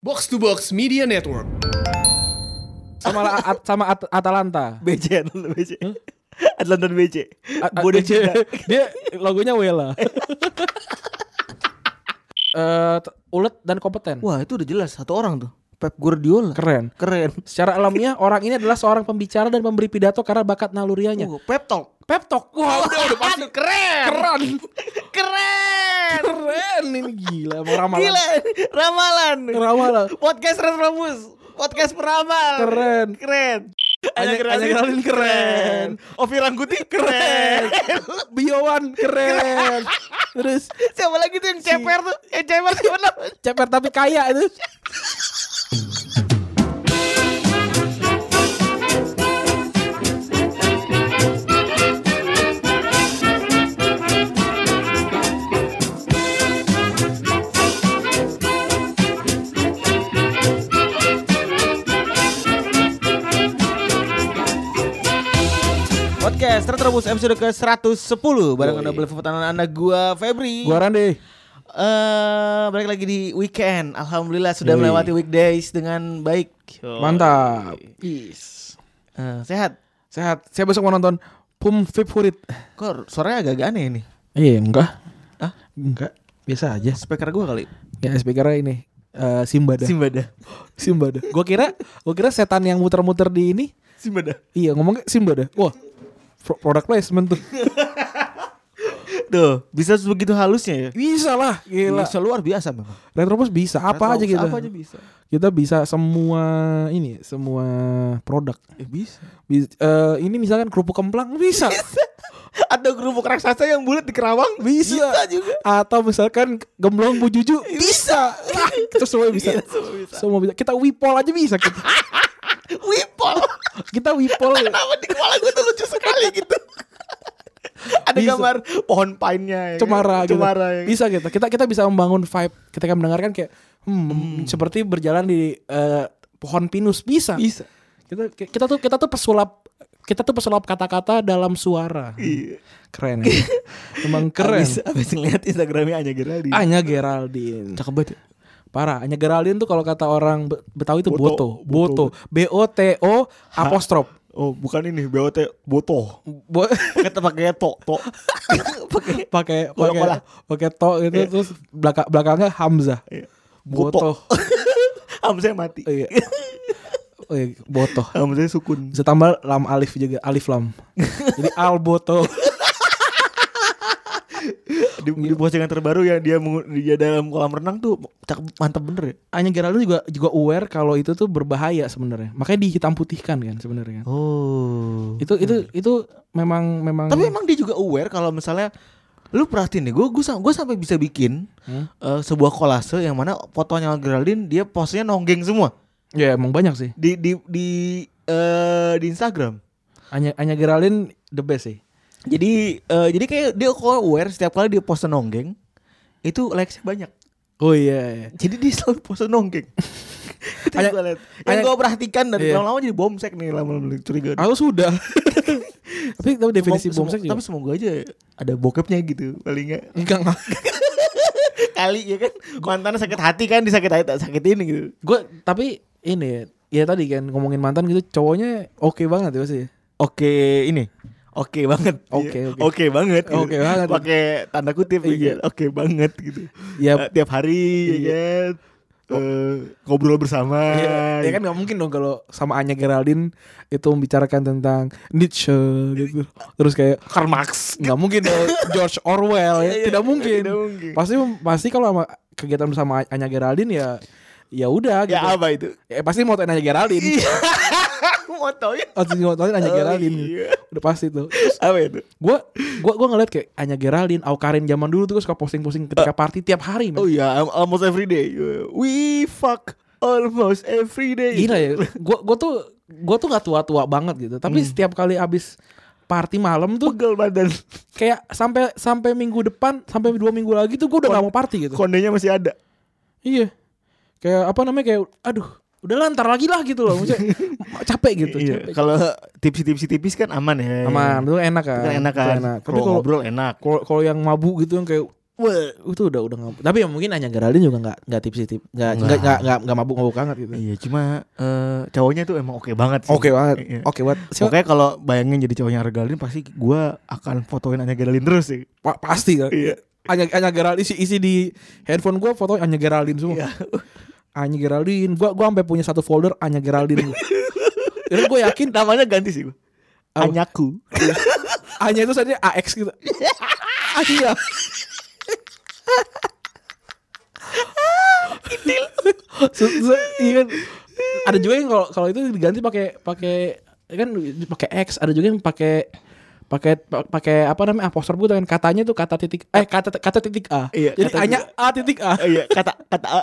Box to Box Media Network. Sama Atalanta. BC. Atlanta BC. Bodoh BC. Dia logonya Wela. Ulet dan kompeten. Wah, itu udah jelas satu orang tuh. Pep Guardiola. Keren. Secara alamiah orang ini adalah seorang pembicara dan pemberi pidato karena bakat nalurianya. Pep Talk. Wah, udah pasti. Keren. Ini gila, mau ramalan. Gila, ramalan. Podcast Retrobus. Podcast peramal. Keren. Anya Geraldine keren. Ovi Rangkuti keren. Biowan keren. Terus siapa lagi tuh yang ceper tuh? Yang ceper siapa namanya? ceper tapi kaya itu. Podcast Retrobus episode ke-110 bareng Anda Beli Anda gua Febri. Gua Rande. Balik lagi di weekend. Alhamdulillah sudah melewati weekdays dengan baik. Mantap. Sehat. Saya besok mau nonton Pum Favorit. Kok suaranya agak-agak aneh ini? Iya, enggak. Enggak. Biasa aja. Speaker gua kali. Ya, speakernya ini Simbada. Gua kira setan yang muter-muter di ini Simbada. Iya, ngomongnya Simbada. Wah, product placement tuh. Tuh, bisa begitu halusnya ya? Bisa lah, gila. Bisa luar biasa memang. Retrobus bisa apa aja kita. Apa aja bisa. Kita bisa semua produk. Bisa. Ini misalkan kerupuk kemplang bisa. Atau kerupuk raksasa yang bulat di Kerawang Bisa juga. Atau misalkan gemblong Bu Juju bisa. Kita semua bisa. Semua bisa. Kita wipol aja bisa kita. Wipol. Kita wipol. Kenapa di kepala gue tuh lucu sekali gitu. Ada Bisa. gambar pohon pine-nya ya, Cemara gitu. ya. Bisa gitu. Kita bisa membangun vibe ketika mendengarkan kayak seperti berjalan di pohon pinus bisa. Kita tuh pesulap kata-kata dalam suara. Iya. Keren ya. Emang keren. Abis ngeliat Instagramnya Anya Geraldine. Cakep banget. Parah. Anya Geraldine tuh kalau kata orang Betawi itu Boto. Boto. BOTO apostrof. Oh, bukan ini BOT Boto. Pakai to. pakai to gitu. Iya. Terus belakangnya Hamzah. Iya. Boto. Hamzah mati. Iya. Oh iya, Boto. Hamzah sukun. Bisa tambah lam alif juga, alif lam. Jadi al Boto. Di postingan terbaru ya dia dalam kolam renang tuh mantap bener ya. Anya Geraldine juga aware kalau itu tuh berbahaya sebenarnya. Makanya dihitam putihkan kan sebenarnya kan. Oh. Itu memang. Tapi emang dia juga aware kalau misalnya lu perhatiin deh, gue sampai bisa bikin sebuah kolase yang mana fotonya Geraldine dia postnya nonggeng semua. Ya emang banyak sih. Di Instagram. Anya Geraldine the best sih. Jadi kayak dia kok aware setiap kali dia post nonggeng itu likes-nya banyak. Oh iya. Jadi dia selalu post nonggeng. Itu yang gue liat. Yang gue perhatikan dari lama-lama jadi bomsek nih, lama-lama curiga. Aku sudah. Tapi definisi bomsek juga. Tapi semoga aja ada bokepnya gitu paling enggak. Kali ya kan mantannya sakit hati kan, sakitin gitu. Gue tapi ini ya tadi kan ngomongin mantan gitu, cowoknya oke banget ya pasti. Oke banget. Oke banget. Pakai tanda kutip ya. Oke banget gitu. Ya tiap hari ya kan. Ngobrol bersama. Ya kan enggak mungkin dong kalau sama Anya Geraldine itu membicarakan tentang Nietzsche gitu. Terus kayak Karl Marx. Enggak mungkin dong. George Orwell ya. Tidak mungkin. Pasti kalau sama kegiatan bersama Anya Geraldine ya udah gitu. Ya apa itu? Ya pasti mau Anya Geraldine. Motoin Anya Geraldine. Iya. Udah pasti tuh. Apa itu? Gua ngeliat kayak Anya Geraldine, Awkarin zaman dulu tuh suka posting-posting ketika party tiap hari. Man. Oh iya, almost every day. We fuck almost every day. Gila ya. Gua tuh gak tua-tua banget gitu. Tapi setiap kali abis party malam tuh pegel badan. Kayak sampai minggu depan, sampai 2 minggu lagi tuh gua udah gak mau party gitu. Kondenya masih ada. Iya. Kayak apa namanya, kayak aduh, udahlah ntar lagi lah gitu loh. Maksudnya capek gitu. Iya. Kalau tipis kan aman ya. Aman, itu enak kan. Enak kan. Tapi kalau ngobrol enak. Kalau yang mabuk gitu yang kayak Wah, itu udah nggak. Tapi ya mungkin Anya Geraldine juga nggak tipsi nggak mabuk banget gitu. iya cuma cowoknya tuh emang oke banget sih. Oke banget. Iya. Oke banget. Pokoknya kalau bayangin jadi cowoknya Anya Geraldine pasti gue akan fotoin Anya Geraldine terus sih. Pasti kan. Iya. Anya Geraldine isi di handphone gue foto Anya Geraldine semua. Iya. Anya Geraldine. Gue sampai punya satu folder Anya Geraldine. Jadi gue yakin Namanya ganti sih gue. Oh. Anyaku. Anya itu saja AX gitu. Anya. Iya kan. Ada juga yang kalau itu diganti pakai kan pakai X, ada juga yang pakai apa namanya apostrophe kan katanya tuh kata titik kata titik A. Iya, jadi kata hanya A titik A. Iya, kata A.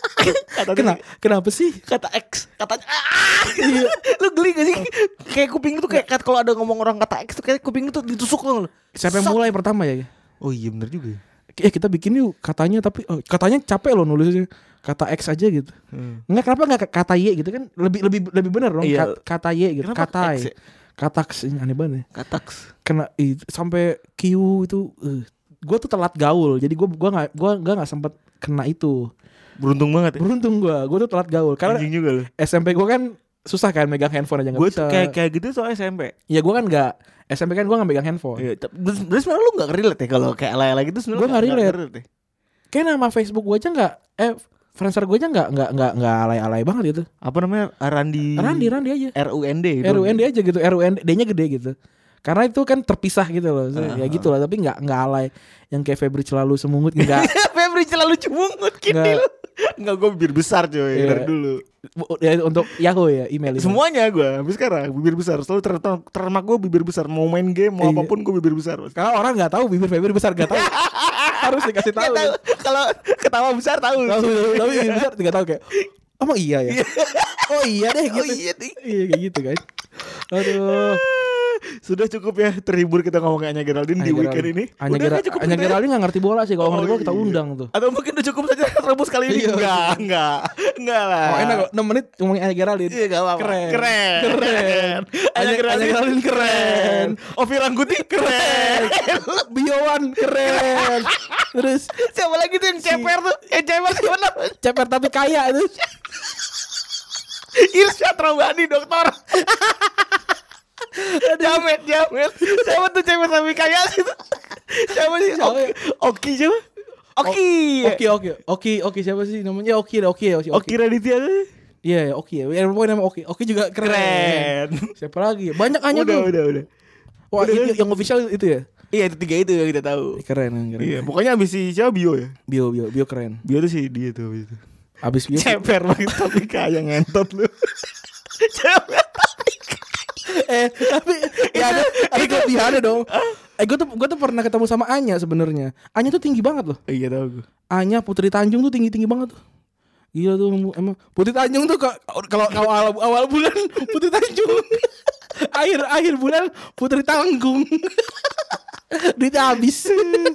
Kenapa sih? Kata X, katanya iya. Lu geli gak sih? Kayak kuping itu kayak kalau ada ngomong orang kata X tuh kayak kuping itu ditusuk loh. Siapa yang mulai pertama ya? Oh iya bener juga. Kita bikin yuk katanya, tapi katanya capek loh nulisnya kata X aja gitu. Enggak, kenapa enggak kata Y gitu kan? Lebih benar dong. Iya. Kata Y gitu. Kenapa Kata X ya? Kataks ini aneh banget ya. Kataks. Kena sampai Q itu gue tuh telat gaul. Jadi gue enggak sempet kena itu. Beruntung banget ya. Beruntung gue tuh telat gaul karena Anjing juga lu. SMP gue kan susah kan megang handphone aja enggak Gue bisa. kayak gitu soal SMP. Ya gue kan enggak SMP kan gue enggak megang handphone. Iya, terus sebenarnya lu enggak relate ya kalau kayak alay-alay gitu sebenarnya. Gue nggak relate. Ya? Kayak nama Facebook gue aja enggak Friendster gue aja enggak alay-alay banget gitu. Apa namanya? Randi aja. RUND. RUND aja gitu. D-nya gede gitu. Karena itu kan terpisah gitu loh. Ya gitu lah, tapi enggak alay yang kayak Febri Celalu Semungut enggak. Febri Celalu Semungut gitu. Enggak, gue bibir besar coy dari dulu. Ya, untuk Yahoo ya, email itu. Semuanya gue sampai sekarang bibir besar. Selalu termak gue bibir besar. Mau main game, mau apapun gue bibir besar. Karena orang enggak tahu bibir Febri besar, enggak tahu. Harus dikasih tahu. Kalau ketawa besar tahu. Tapi bibir besar enggak tahu kayak emang iya ya. Oh iya deh gitu. Oh iya deh. Iya kayak gitu kan. Aduh. Sudah cukup ya terhibur kita ngomongin Anya Geraldine di weekend ini. Anya Geraldine nggak ngerti bola sih. Kalau ngerti bola kita undang tuh. Atau mungkin udah cukup saja rebus kali ini. Enggak lah. Oh enak kok 6 menit ngomongin Anya Geraldine. Iya gak apa-apa. Keren. Anya Geraldine keren. Ovi Rangkuti keren. Biowan keren. Terus siapa lagi tuh yang ceper tuh? Yang ceper siapa namanya? Ceper tapi kaya itu. Irsyad Raubani dokter. Jamet. Siapa tuh ceper tapi kaya gitu? Siapa sih? Oki siapa? Oki siapa sih namanya? Oki Raditya. Iya, Oki ya. Yang pokoknya nama Oki. Oki juga keren. Siapa lagi? Banyak Anya tuh. Udah. Wah, yang official itu ya? Iya, itu 3 itu yang kita tahu. Keren. Iya, pokoknya abis si siapa Bio ya? Bio keren. Bio tuh sih dia tuh abis itu. Abis Bio ceper banget tapi kayak ngentot lu. Ceper tapi ya ada kelebihannya dong. Gue tuh pernah ketemu sama Anya sebenarnya. Anya tuh tinggi banget loh. Iya tahu gue. Anya Putri Tanjung tuh tinggi banget tuh. Gila tuh emang Putri Tanjung tuh kalau awal bulan Putri Tanjung. akhir bulan Putri Tanggung. Duitnya habis.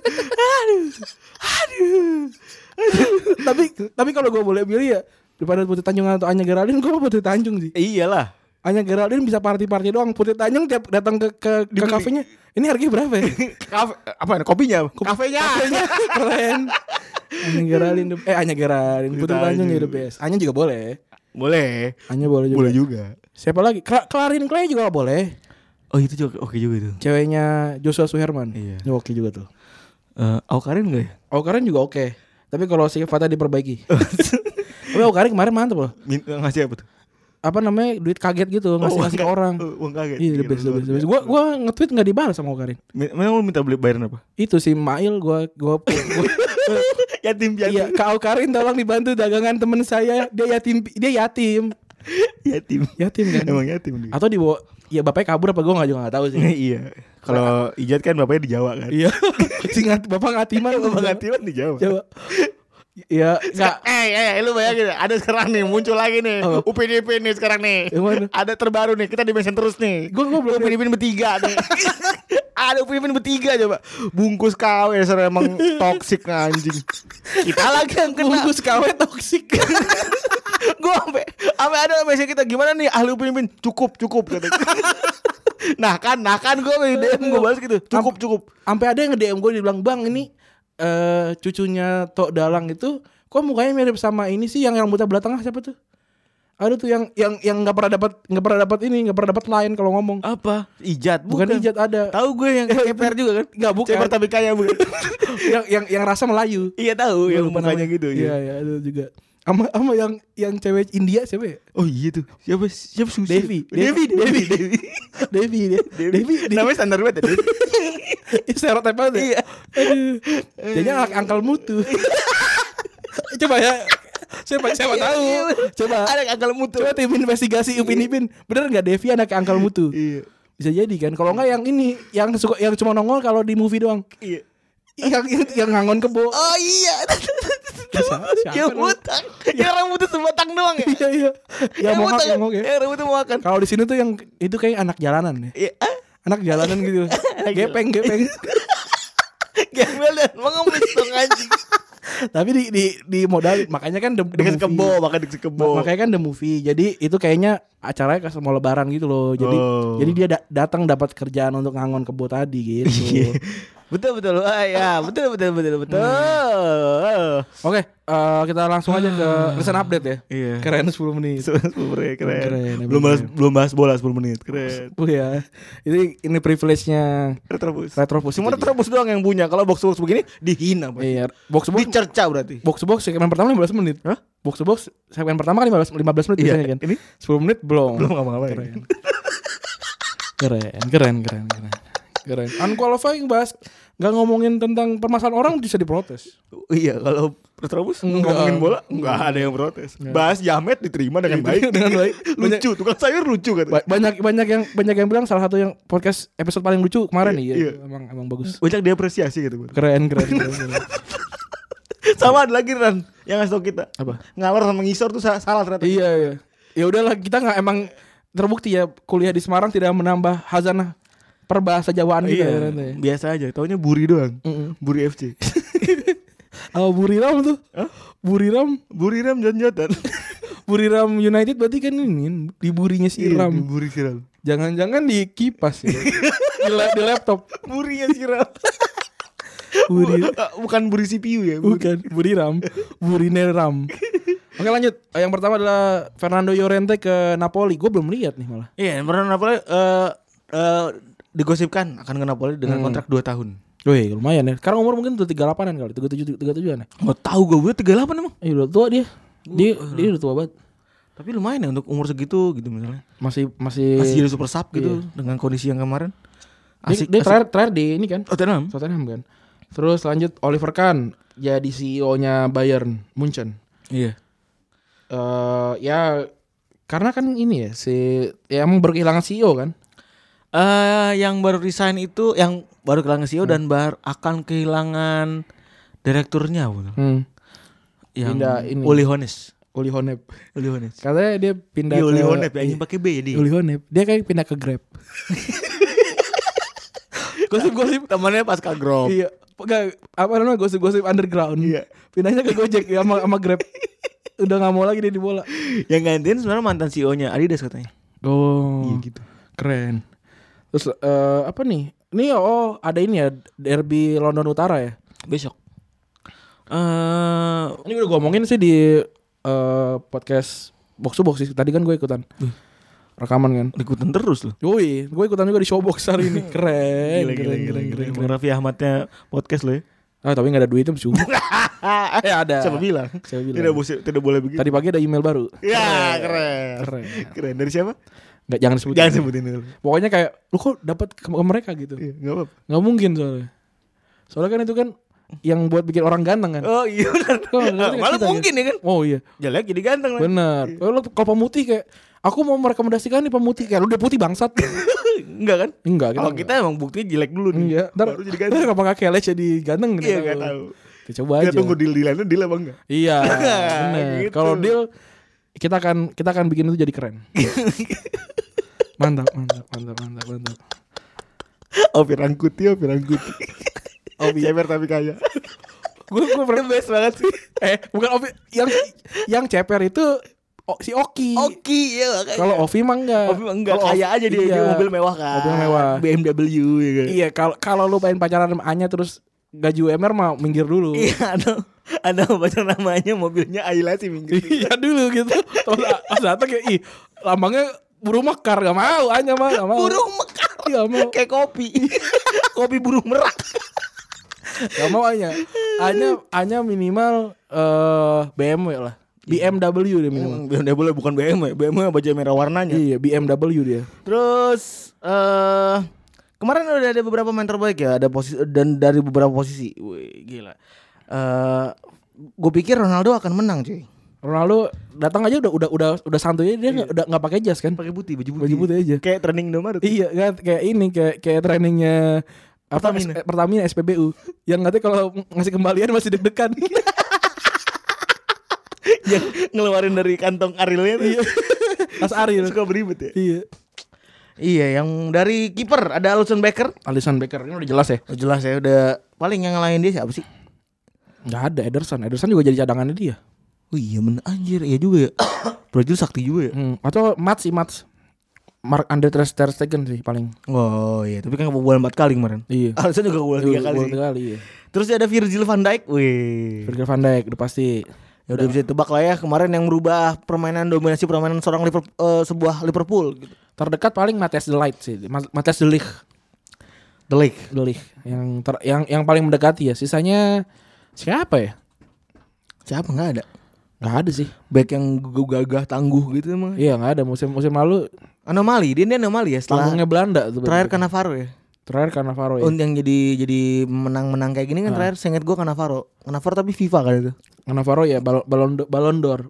Aduh. Tapi kalau gue boleh pilih ya daripada Putri Tanjung atau Anya Geraldine, gue mau Putri Tanjung sih. Iyalah. Anya Geraldine bisa party doang. Putri Tanjung tiap datang ke kafenya. Ini harganya berapa ya? Kafe apa? Kopinya? Kafenya. Keren. Anya Geraldine. Putri Tanjung ya the best. Anya juga boleh. Boleh. Anya boleh juga. Boleh juga. Siapa lagi? Clarin Clay juga boleh. Oh itu juga oke juga itu. Ceweknya Joshua Suherman. Iya. Oke juga tuh. Aukarin enggak ya? Aukarin juga oke. Tapi kalau sifatnya diperbaiki. Tapi Aukarin kemarin mantap loh. Ngasih apa tuh? Apa namanya duit kaget gitu ngasih ke orang. Uang kaget. Iya the best. Gua nge-tweet enggak dibalas sama Aukarin. Memang lu minta bayaran apa? Itu si Mail gua yatim piatu. Iya, Kak Aukarin tolong dibantu dagangan temen saya. Dia yatim. Yatim kan. Emang yatim dia. Atau dibawa ya bapaknya kabur apa gua juga enggak tahu sih. Iya. Kalau Ijat kan bapaknya di Jawa kan. Iya. Bapak ngatiman di Jawa. Jawa. Ya, enggak. Lu bayangin ada sekarang nih muncul lagi nih. UPDP nih sekarang nih. Ada terbaru nih. Kita di-mention terus nih. Gua belum UPDP bertiga nih. Ada UPDP bertiga coba. Bungkus KW dasar emang toksik anjing. Kita lagi yang kena bungkus KW toksik. Gua sampai ada message kita gimana nih ahli UPDP cukup kata. Nah kan gue DM gue balas gitu. Cukup. Sampai ada yang nge-DM gue dibilang, "Bang, ini cucunya Tok Dalang itu kok mukanya mirip sama ini sih yang rambutnya belah tengah siapa tuh? Ada tuh yang nggak pernah dapat line kalau ngomong. Apa? Ijat? Bukan Ijat ada. Tahu gue yang ceper juga kan? Nggak bukan. Ceper tapi kaya bukan? yang rasa Melayu. Iya tahu yang Lupa mukanya namanya. gitu. Iya ada juga. Sama yang cewek India siapa ya? Oh iya tuh. Siapa Susi? Devi. Namanya standar banget ya. Stereotip banget. Iya. Aduh. Jadinya anak angkel mutu. Coba ya. Siapa tahu. Coba. Anak angkel mutu. Coba tim investigasi Upin Ipin. Bener enggak Devi anak angkel mutu? Iya. Bisa jadi kan. Kalau enggak yang ini yang cuma nongol kalau di movie doang. Iya. Yang ngangon kebo. Oh iya. Siapa Yang botak. Yang rambutnya sebatang doang ya. Iya. Yang mohak ya. Yang rambutnya mohakan. Kalau di sini tuh yang itu kayak anak jalanan ya. Iya. Anak jalanan gitu. Gepeng. Gembel dan mengemis dong anjing. Tapi di modal makanya kan Dikasih kebo, makanya dikasih kebo. Makanya kan the movie. Jadi itu kayaknya acaranya kayak mau lebaran gitu loh. Jadi dia datang dapat kerjaan untuk ngangon kebo tadi gitu. Betul. Ah ya, betul. Oke, kita langsung aja ke recent update ya. Iya. Keren 10 menit. Keren. Belum bahas bola 10 menit. Keren. Ya. Ini privilege-nya Retrobus. Cuma Retrobus doang yang punya. Kalau box begini dihina, Pak. Iya, box Dicerca berarti. box segmen pertama 15 menit. Hah? Box segmen pertama kan 15 menit Iya, biasanya kan. ini 10 menit belum. belum ngapa-ngapain. Keren. Unqualifying bahas nggak ngomongin tentang permasalahan orang bisa diprotes. Iya, kalau Retrobus ngomongin bola enggak ada yang protes. Bahas Jamet diterima dengan baik. Dengan baik. Lucu, tukang sayur lucu kan. Banyak yang bilang salah satu yang podcast episode paling lucu kemarin nih. Iya. Emang bagus. Banyak diapresiasi gitu. Keren. Sama ada lagi Ran yang ngasih tau kita. Apa? Ngalor sama ngisor tuh salah ternyata. Iya. Ya udahlah, kita nggak emang terbukti ya kuliah di Semarang tidak menambah hazanah perbahasa Jawaan kita ya, ternyata ya. Biasa aja, taunya Buri doang. Buri FC. Oh, Buriram tuh. Hah? Buriram Janjatan. Buriram United berarti kan ini di burinya Siram. Iya, Buri Siram. Jangan-jangan di kipas ya. di laptop. Burinya Siram. Bukan Buri CPU ya. Bukan, Buriram. Burineram. Oke, lanjut. Yang pertama adalah Fernando Llorente ke Napoli. Gue belum lihat nih malah. Iya, pernah Napoli digosipkan akan ke Napoli dengan kontrak 2 tahun. Wih, lumayan ya. Sekarang umur mungkin udah 38-an kali, 37-an ya. Enggak tahu gue 38 emang. Udah tua dia. Dia udah tua banget. Tapi lumayan ya untuk umur segitu gitu misalnya. Masih jadi super sub gitu dengan kondisi yang kemarin. Dia terakhir di ini kan. Tottenham kan. Terus lanjut Oliver Kahn jadi CEO-nya Bayern Munchen. Iya. Ya karena kan ini ya emang baru kehilangan CEO kan. Yang baru resign itu yang baru kehilangan CEO dan akan kehilangan direkturnya yang pindah ini. Uli Hones. Katanya dia pindah Uli ke Honep ya, yang pakai B ya dia. Uli Honep. Dia kayak pindah ke Grab. Gosip-gosip temannya pas ke Grab. Iya. Gosip-gosip underground. Iya. Pindahnya ke Gojek ya sama Grab. Udah enggak mau lagi dia di bola. Yang gantiin sebenarnya mantan CEO-nya Adidas katanya. Oh. Iya gitu. Keren. Terus apa nih? Ini ada ini ya, derby London Utara ya. Besok. Ini udah gue omongin sih di podcast Box to Box sih. Tadi kan gue ikutan rekaman kan. Ikutan terus loh. Yoi, gue ikutan juga di Showbox hari ini. Keren. Keren. Raffi Ahmadnya podcast loh ya. Tapi gak ada duitnya cuma. Ada. Siapa bilang? Tidak boleh begitu. Tadi pagi ada email baru. Ya keren. Dari siapa? Jangan sebutin dulu. Pokoknya kayak lu kok dapat ke mereka gitu. Iya, enggak apa-apa. Enggak mungkin soalnya kan itu kan yang buat bikin orang ganteng kan. Oh iya benar. Malah mungkin ya kan. Oh iya. Jelek jadi ganteng lah. Benar. Kalau pemutih kayak aku mau merekomendasikan nih pemutih kayak lu udah putih bangsat. Enggak kan? Enggak. Kalau kita emang buktinya jelek dulu nih. Iya. Baru jadi ganteng. Ntar apakah Keles jadi ganteng? Iya enggak tahu. Kita coba aja. Kita tunggu deal-dealannya deal apa enggak? Iya. Benar. Gitu. Kalau deal kita akan bikin itu jadi keren. Mantap. Opi Rangkuti. Opi ceper tapi kaya. Gue pernah best banget sih. Bukan Opi yang ceper itu si Oki. Iya. Kalau Ovi mah enggak. Kalo kaya aja dia mobil mewah kan. Mobil mewah. BMW ya kan. Iya, kalau lu pengen pacaran sama Anya terus gaji UMR mah minggir dulu. Iya, ada baca namanya mobilnya Ayla sih minggir. Iya dulu gitu. Terus datang kayak lambangnya burung mekar, gak mau Anya mah gak mau. Burung mekar. Gak mau. Kayak kopi. Kopi burung merak. Gak mau Anya minimal BMW lah. BMW dia minimal. BMW bukan BMW. BMW baju merah warnanya. Iya, BMW dia. Terus kemarin udah ada beberapa main terbaik ya, ada posisi dan dari beberapa posisi. Wih, gila. Gue pikir Ronaldo akan menang, cuy. Ronaldo datang aja udah santuy, dia udah enggak pakai jas kan? Pakai putih, baju Baju putih aja. Kayak training Indomaret. Iya, kan kayak ini kayak trainingnya Pertamina SPBU yang katanya kalau ngasih kembalian masih deg-degan. Yang ngeluarin dari kantong Arilnya tuh. Iya. Mas Aril Suka beribet ya. Iya. Iya, yang dari kiper ada Alisson Becker. Alisson Becker ini udah jelas ya. Oh, jelas ya, udah paling yang ngalahin dia siapa sih? Nggak ada Ederson juga jadi cadangannya dia. Oh iya bener anjir, iya juga ya. Berarti lu sakti juga ya. Atau Mats Mark Andre ter Stegen sih paling. Oh iya, tapi kan kebobolan 4 kali kemarin. Iya. Alisson juga kebobolan 3 kali. Iya. Terus ada Virgil van Dijk. Wih. Virgil van Dijk udah pasti. Ya udah bisa ditebak lah ya, kemarin yang merubah dominasi permainan seorang sebuah Liverpool gitu. Terdekat paling Matthijs de Ligt sih. Matthijs de Ligt. The Ligt. Yang paling mendekati ya. Sisanya siapa ya? Siapa enggak ada? Enggak ada sih. Back yang gagah tangguh gitu emang. Iya, enggak ada. Musim lalu Anomali, dia anomali ya setelah tanggungnya Belanda tuh. terakhir Cannavaro ya. Terakhir Cannavaro ya. Yang jadi menang kayak gini kan terakhir seinget gue Cannavaro tapi FIFA kan itu. Cannavaro ya Ballon d'Or.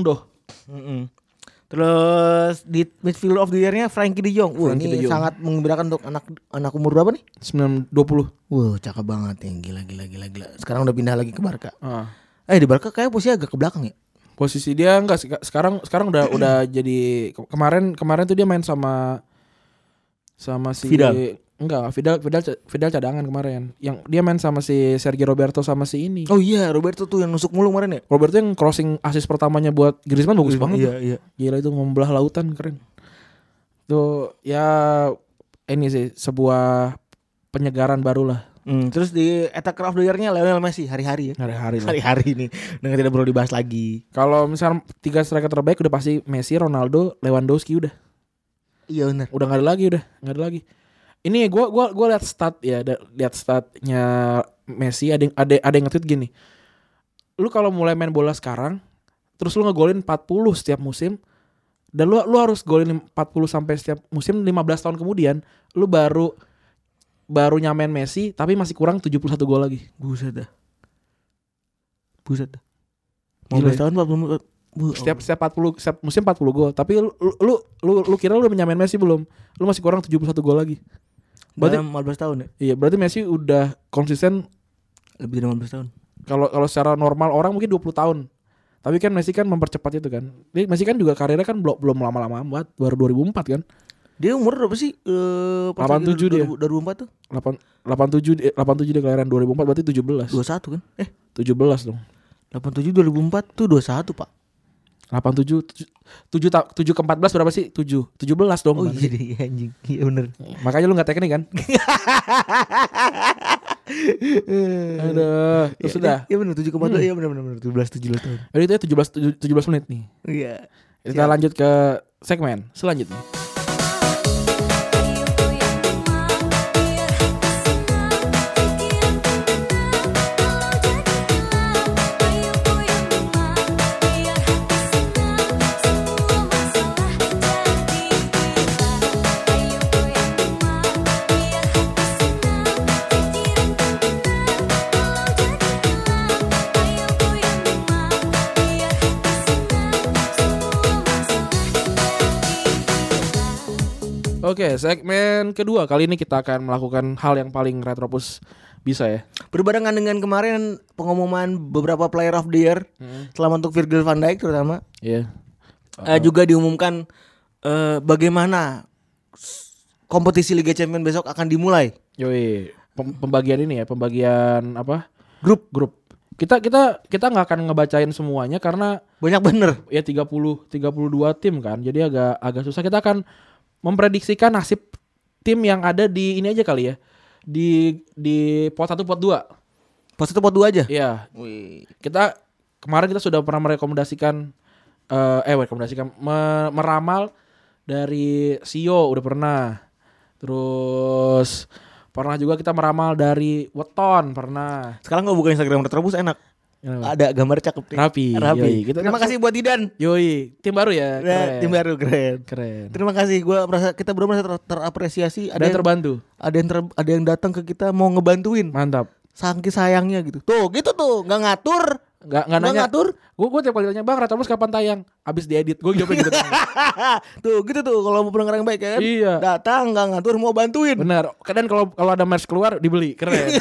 Terus di midfield of the year-nya Frankie de Jong. Wah, ini sangat menggembirakan untuk anak umur berapa nih? 20. Wah, cakep banget ya. Gila. Sekarang udah pindah lagi ke Barca. Di Barca kayak posisinya agak ke belakang ya. Posisi dia enggak sekarang udah jadi kemarin tuh dia main sama si Vidal. Enggak, Vidal cadangan kemarin. Yang dia main sama si Sergio Roberto sama si ini. Oh iya, Roberto tuh yang nusuk mulu kemarin ya. Roberto yang crossing assist pertamanya buat Griezmann bagus banget. Iya. Gila itu membelah lautan, keren. Tuh ya ini sih sebuah penyegaran baru lah. Terus di attacker of the year-nya Lionel Messi hari-hari ya. Hari-hari nih. Udah tidak perlu dibahas lagi. Kalau misalnya 3 striker terbaik udah pasti Messi, Ronaldo, Lewandowski udah. Iya benar. Udah enggak ada lagi. Ini gue lihat statnya Messi ada yang nge-tweet gini. Lu kalau mulai main bola sekarang terus lu ngegolin 40 setiap musim dan lu harus golin 40 sampai setiap musim 15 tahun kemudian lu baru nyamain Messi tapi masih kurang 71 gol lagi. Buset dah. 15 Gila. tahun 40 Setiap musim 40 gol. Tapi lu kira lu udah menyamain Messi belum? Lu masih kurang 71 gol lagi. Berarti 15 tahun ya? Iya, berarti Messi udah konsisten lebih dari 15 tahun. Kalau secara normal orang mungkin 20 tahun. Tapi kan Messi kan mempercepat itu kan. Messi kan juga karirnya kan belum lama-lama banget, baru 2004 kan. Dia umur berapa sih? 87 dia. 2004 tuh? 87 dia kelahiran 2004 berarti 17. 21 kan? 17 dong. 87 2004 tuh 21, Pak. 87 7 ke 14 berapa sih? 17 dong. Oh iya deh, anjing. Iya bener. Makanya lu enggak teknik kan? Aduh, terus sudah. Iya benar 7 ke 14. Iya benar 17 tahun. Jadi itu ya 17 menit nih. Iya. Kita lanjut ke segmen selanjutnya. Oke, segmen kedua. Kali ini kita akan melakukan hal yang paling Retropus bisa ya. Berbarengan dengan kemarin pengumuman beberapa player of the year, selama untuk Virgil van Dijk terutama. Iya. Juga diumumkan bagaimana kompetisi Liga Champions besok akan dimulai. Yoi, pembagian ini ya, pembagian apa? Grup. Kita nggak akan ngebacain semuanya karena banyak bener. Ya 32 tim kan. Jadi agak susah. Kita akan memprediksikan nasib tim yang ada di ini aja kali ya. Di pot 1 pot 2. Pos 1 pos 2 aja. Iya. Wih. Kemarin kita sudah pernah meramal dari Sio udah pernah. Terus pernah juga kita meramal dari Weton pernah. Sekarang gue buka Instagram Retrobus enak. Kenapa? Ada gambar cakep nih. Rapi. Yoi. Terima kasih buat Didan. Yoi, tim baru ya. Ya, tim baru keren. Keren. Terima kasih. Kita berdua merasa terapresiasi. Ada yang terbantu. Ada yang datang ke kita mau ngebantuin. Mantap. Saking sayangnya gitu. Tuh, gitu tuh, nggak ngatur. Nggak nanya. ngatur. Gue tiap kali tanya, "Bang, Retrobus kapan tayang?" Abis diedit. Gue jawabnya gitu. Tuh, gitu tuh kalau mau pendengar yang baik kan. Iya. Datang nggak ngatur mau bantuin. Benar. Kadang kalau ada merch keluar dibeli. Keren.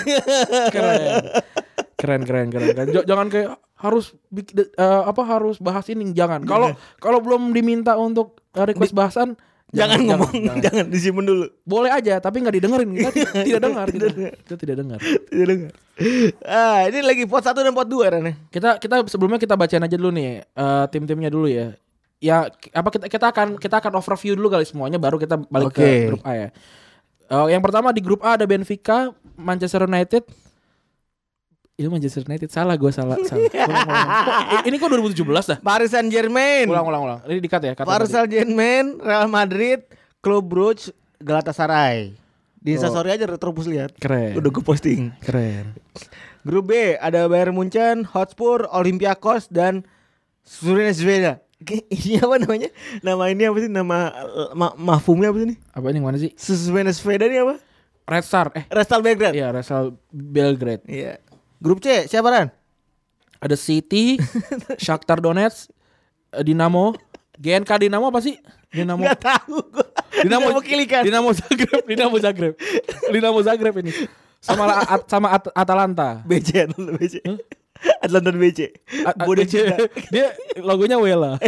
Keren. Jangan kayak harus harus bahas ini, jangan. Kalau belum diminta untuk request bahasan, jangan ngomong, jangan disimpan dulu. Boleh aja, tapi nggak didengerin. Kita tidak dengar. Kita tidak dengar. Ini lagi pot 1 dan pot 2 Ren. Kita sebelumnya kita bacain aja dulu nih tim-timnya dulu ya. Ya kita akan overview dulu kali semuanya, baru kita balik ke grup A ya. Yang pertama di grup A ada Benfica, Manchester United. Itu Manchester United, salah. Ulang. Ini kok 2017 dah? Paris Saint-Germain. Ulang. Ini dikat ya. Paris Saint-Germain, Real Madrid, Club Brugge, Galatasaray. Di Instastory aja Retrobus lihat. Keren. Udah gue posting. Keren. Grup B ada Bayern Munchen, Hotspur, Olympiakos dan Crvena Zvezda. Ini apa namanya? Nama ini apa sih? Nama mafhumnya apa sih nih? Apa ini mana sih? Crvena Zvezda ini apa? Red Star. Red Star Belgrade. Iya, Red Star Belgrade. Iya. Grup C siapa Ran? Ada City, Shakhtar Donetsk, Dinamo, GNK Dinamo apa sih? Dinamo. Gak tahu gue. Dinamo Kilikan. Dinamo Zagreb ini. Sama Atalanta. BC. Atlanta BC. Dia logonya Wela.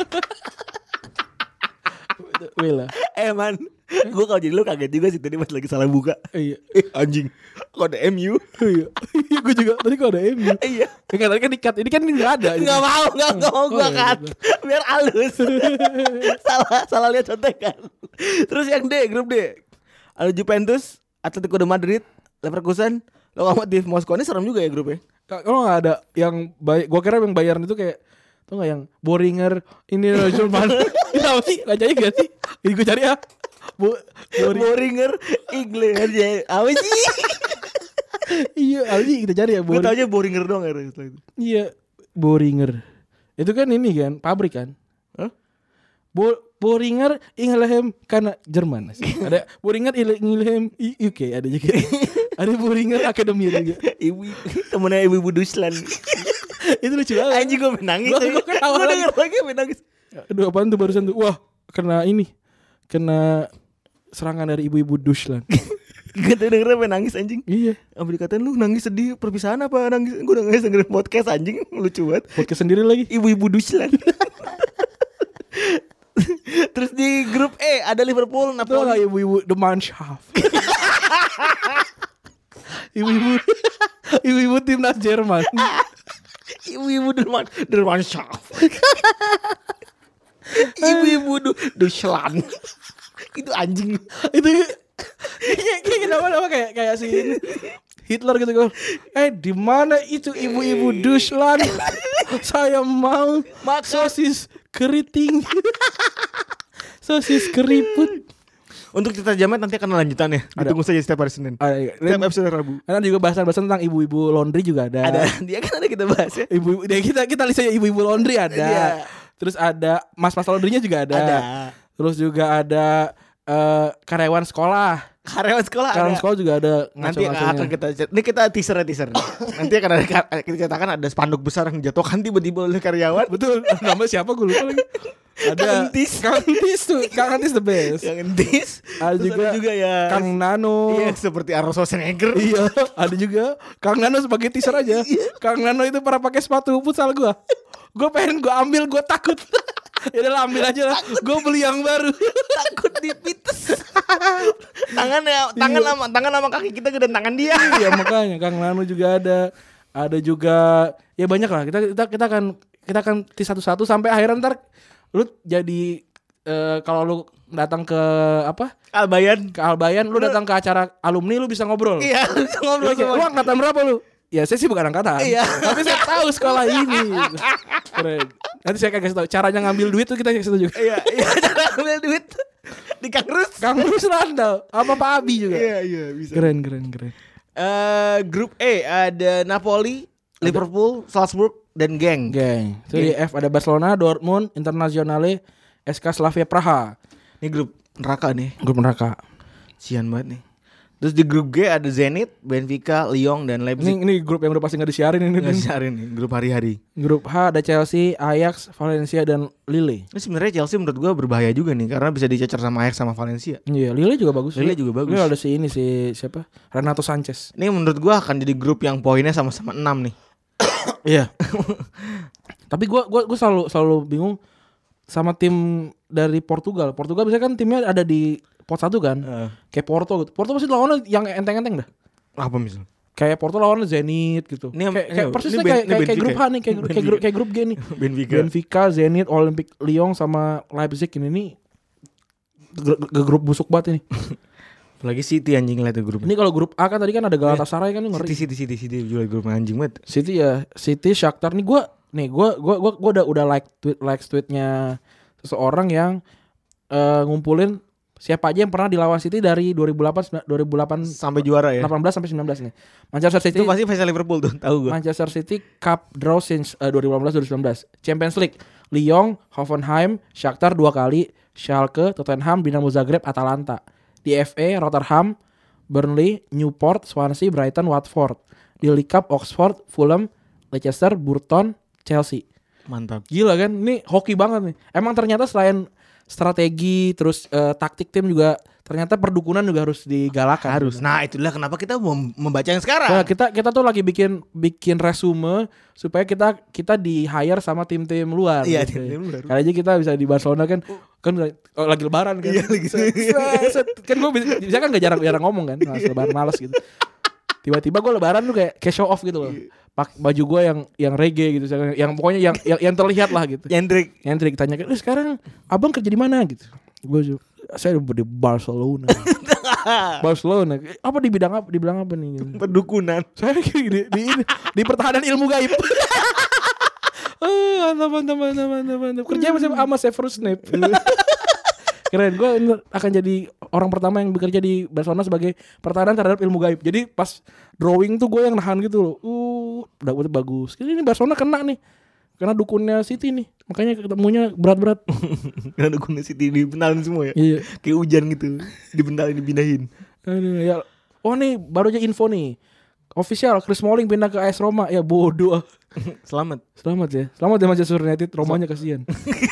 Man, gue kalau jadi lu kaget juga sih tadi pas lagi salah buka. Iya. Anjing, kode MU. Iya. Gue juga tadi kok ada MU. Iya. Enggak, tadi kan di-cut. Ini kan enggak ada. Nggak mau gue cut. Biar halus. salah lihat contekan. Terus yang D, grup D. Ada Juventus, Atletico de Madrid, Leverkusen, Lokomotiv Moskow. Ini serem juga ya grupnya. Kalau nggak ada yang gue kira yang Bayern itu kayak tuh nggak yang Boringer ini Jerman. Itu apa sih? Bacanya gak sih? Ini gue cari ya. Boringer England aja. Apa sih? Iya, Alji kita cari ya. Gue tau aja Boringer doang ya setelah itu. Iya, Boringer. Itu kan ini kan, pabrik kan? Hah? Boringer Ingelheim karena Jerman. Ada Boringer Ingelheim UK ada juga. Ada Boringer Academy juga. Temennya ibu Duslan. Itu lucu banget. Anjing gue menangis. Gue denger lagi menangis. Aduh, apaan tuh barusan tuh? Wah, kena serangan dari ibu-ibu Duslan. Gue dengernya menangis anjing. Iya. Apa dikatain lu nangis sedih perpisahan apa nangis? Gue nangis dengerin podcast anjing. Lucu banget. Podcast sendiri lagi. Ibu-ibu Duslan. Terus di grup E ada Liverpool, Napoli. Tuh ibu-ibu The Mannschaft. Ibu-ibu timnas Jerman. Ibu-ibu The Mannschaft. Ibu-ibu Duslan. Itu anjing. Itu kayak kenapa kayak si Hitler gitu kan. Di mana itu ibu-ibu Duslan? Saya mau sosis keriting. Sosis keriput. Untuk cerita jamet nanti akan lanjutannya. Ditunggu saja setiap hari Senin. Setiap episode Rabu. Karena juga bahasan-bahasan tentang ibu-ibu laundry juga ada. Dia kan ada kita bahas ya. Ibu-ibu kita list aja ibu-ibu laundry ada. Iya. Terus ada mas-mas laundrynya juga ada. Terus juga ada karyawan sekolah. Karyawan sekolah juga ada. Nanti akan kita teaser. Nanti akan ada kita ceritakan ada spanduk besar yang dijatuhkan tiba-tiba oleh karyawan. Betul. Nama siapa gue lupa lagi. Ada Kang Entis the best. Kang Entis. Ada juga ya Kang Nano. Iya, seperti Arnold Schwarzenegger. Iya, ada juga Kang Nano sebagai teaser aja. Kang Nano itu pernah pakai sepatu futsal gue. Gue pengen gue ambil, gue takut. Ya udah ambil aja lah. Gue beli yang baru. Takut dipites. Tangan sama kaki kita gede tangan dia. Iya makanya Kang Nano juga ada. Ada juga ya banyak lah. Kita akan tis satu-satu sampai akhirnya ntar lu jadi kalau lu datang ke apa? Albayan. Ke Albayan lu datang ke acara alumni lu bisa ngobrol. Iya, bisa ngobrol sama. Lu angkatan berapa lu? ya saya sih bukan angkatan. Iya. Tapi saya tahu sekolah ini. Keren. Nanti saya kasih tahu caranya ngambil duit tuh kita kasih tahu juga. Iya, cara ambil duit di Kang Rus. Kang Rus Randall sama Pak Abi juga. Iya, bisa. Keren. Grup E ada Napoli, Liverpool, Salzburg dan Genk. Itu di F ada Barcelona, Dortmund, Internazionale, SK Slavia Praha. Ini grup neraka nih. Grup neraka. Sian banget nih. Terus di grup G ada Zenit, Benfica, Lyon dan Leipzig. Ini grup yang udah pasti nggak disiarin ini. Nggak siarin nih, grup hari-hari. Grup H ada Chelsea, Ajax, Valencia dan Lille. Ini sebenarnya Chelsea menurut gua berbahaya juga nih karena bisa dicecer sama Ajax sama Valencia. Iya, Lille juga bagus. Lille juga bagus. Lille ada si siapa? Renato Sanchez. Ini menurut gua akan jadi grup yang poinnya sama-sama 6 nih. Iya. Tapi gua selalu bingung sama tim dari Portugal. Portugal biasanya kan timnya ada di pot 1 kan. Kayak Porto gitu. Porto pasti lawannya yang enteng-enteng dah. Apa misalnya? Kayak Porto lawannya Zenit gitu. Kayak persisnya kayak grup H nih, kayak grup G nih. Benfica, Zenit, Olympique Lyon sama Leipzig ini grup busuk banget ini. Apalagi City anjing lihat grup. Ini kalau grup A kan tadi kan ada Galatasaray kan ngeri. City juga grup anjing banget. City Shakhtar nih gua udah like tweetnya seseorang yang ngumpulin siapa aja yang pernah dilawan City dari 2008 sampai juara ya. 18 sampai 19 nih. Manchester City itu pasti Faisal Liverpool tuh, tahu gua. Manchester City Cup draw since 2018-2019. Champions League Lyon, Hoffenheim, Shakhtar 2 kali, Schalke, Tottenham, Dinamo Zagreb, Atalanta. Di FA Rotterdam, Burnley, Newport, Swansea, Brighton, Watford. Di League Cup Oxford, Fulham, Leicester, Burton, Chelsea. Mantap. Gila kan? Ini hoki banget nih. Emang ternyata selain strategi terus taktik tim juga ternyata perdukunan juga harus digalakan. Harus. Nah, itulah kenapa kita membaca yang sekarang. Nah, kita tuh lagi bikin resume supaya kita di hire sama tim-tim luar. Iya, gitu. tim luar. Karena aja kita bisa di Barcelona kan lagi lebaran kan. Iya, lagi. Kan gue bisa kan gak jarang ngomong kan. Lebaran malas gitu. Tiba-tiba gue lebaran tuh kayak show off gitu loh. Baju gue yang reggae gitu, yang pokoknya yang terlihat lah gitu. Nyentrik tanyakan, sekarang abang kerja di mana gitu. Saya di Barcelona. Barcelona. Apa dibilang apa nih? Gitu. Perdukunan. Saya di pertahanan ilmu gaib. Mantap. Kerja sama Severus Snape. Keren, gue akan jadi orang pertama yang bekerja di Barcelona sebagai pertahanan terhadap ilmu gaib. Jadi pas drawing tuh gue yang nahan gitu loh. Udah bagus. Ini Barcelona kena nih. Karena dukunnya City nih. Makanya ketemunya berat-berat. Karena dukunnya City dibentalin semua ya. Iya. Kayak hujan gitu. Dibentalin, dipindahin. Aduh, ya. Oh nih baru aja info nih. Official Chris Smalling pindah ke AS Roma. Ya bodoh. Selamat ya Manchester United. Romanya kasihan.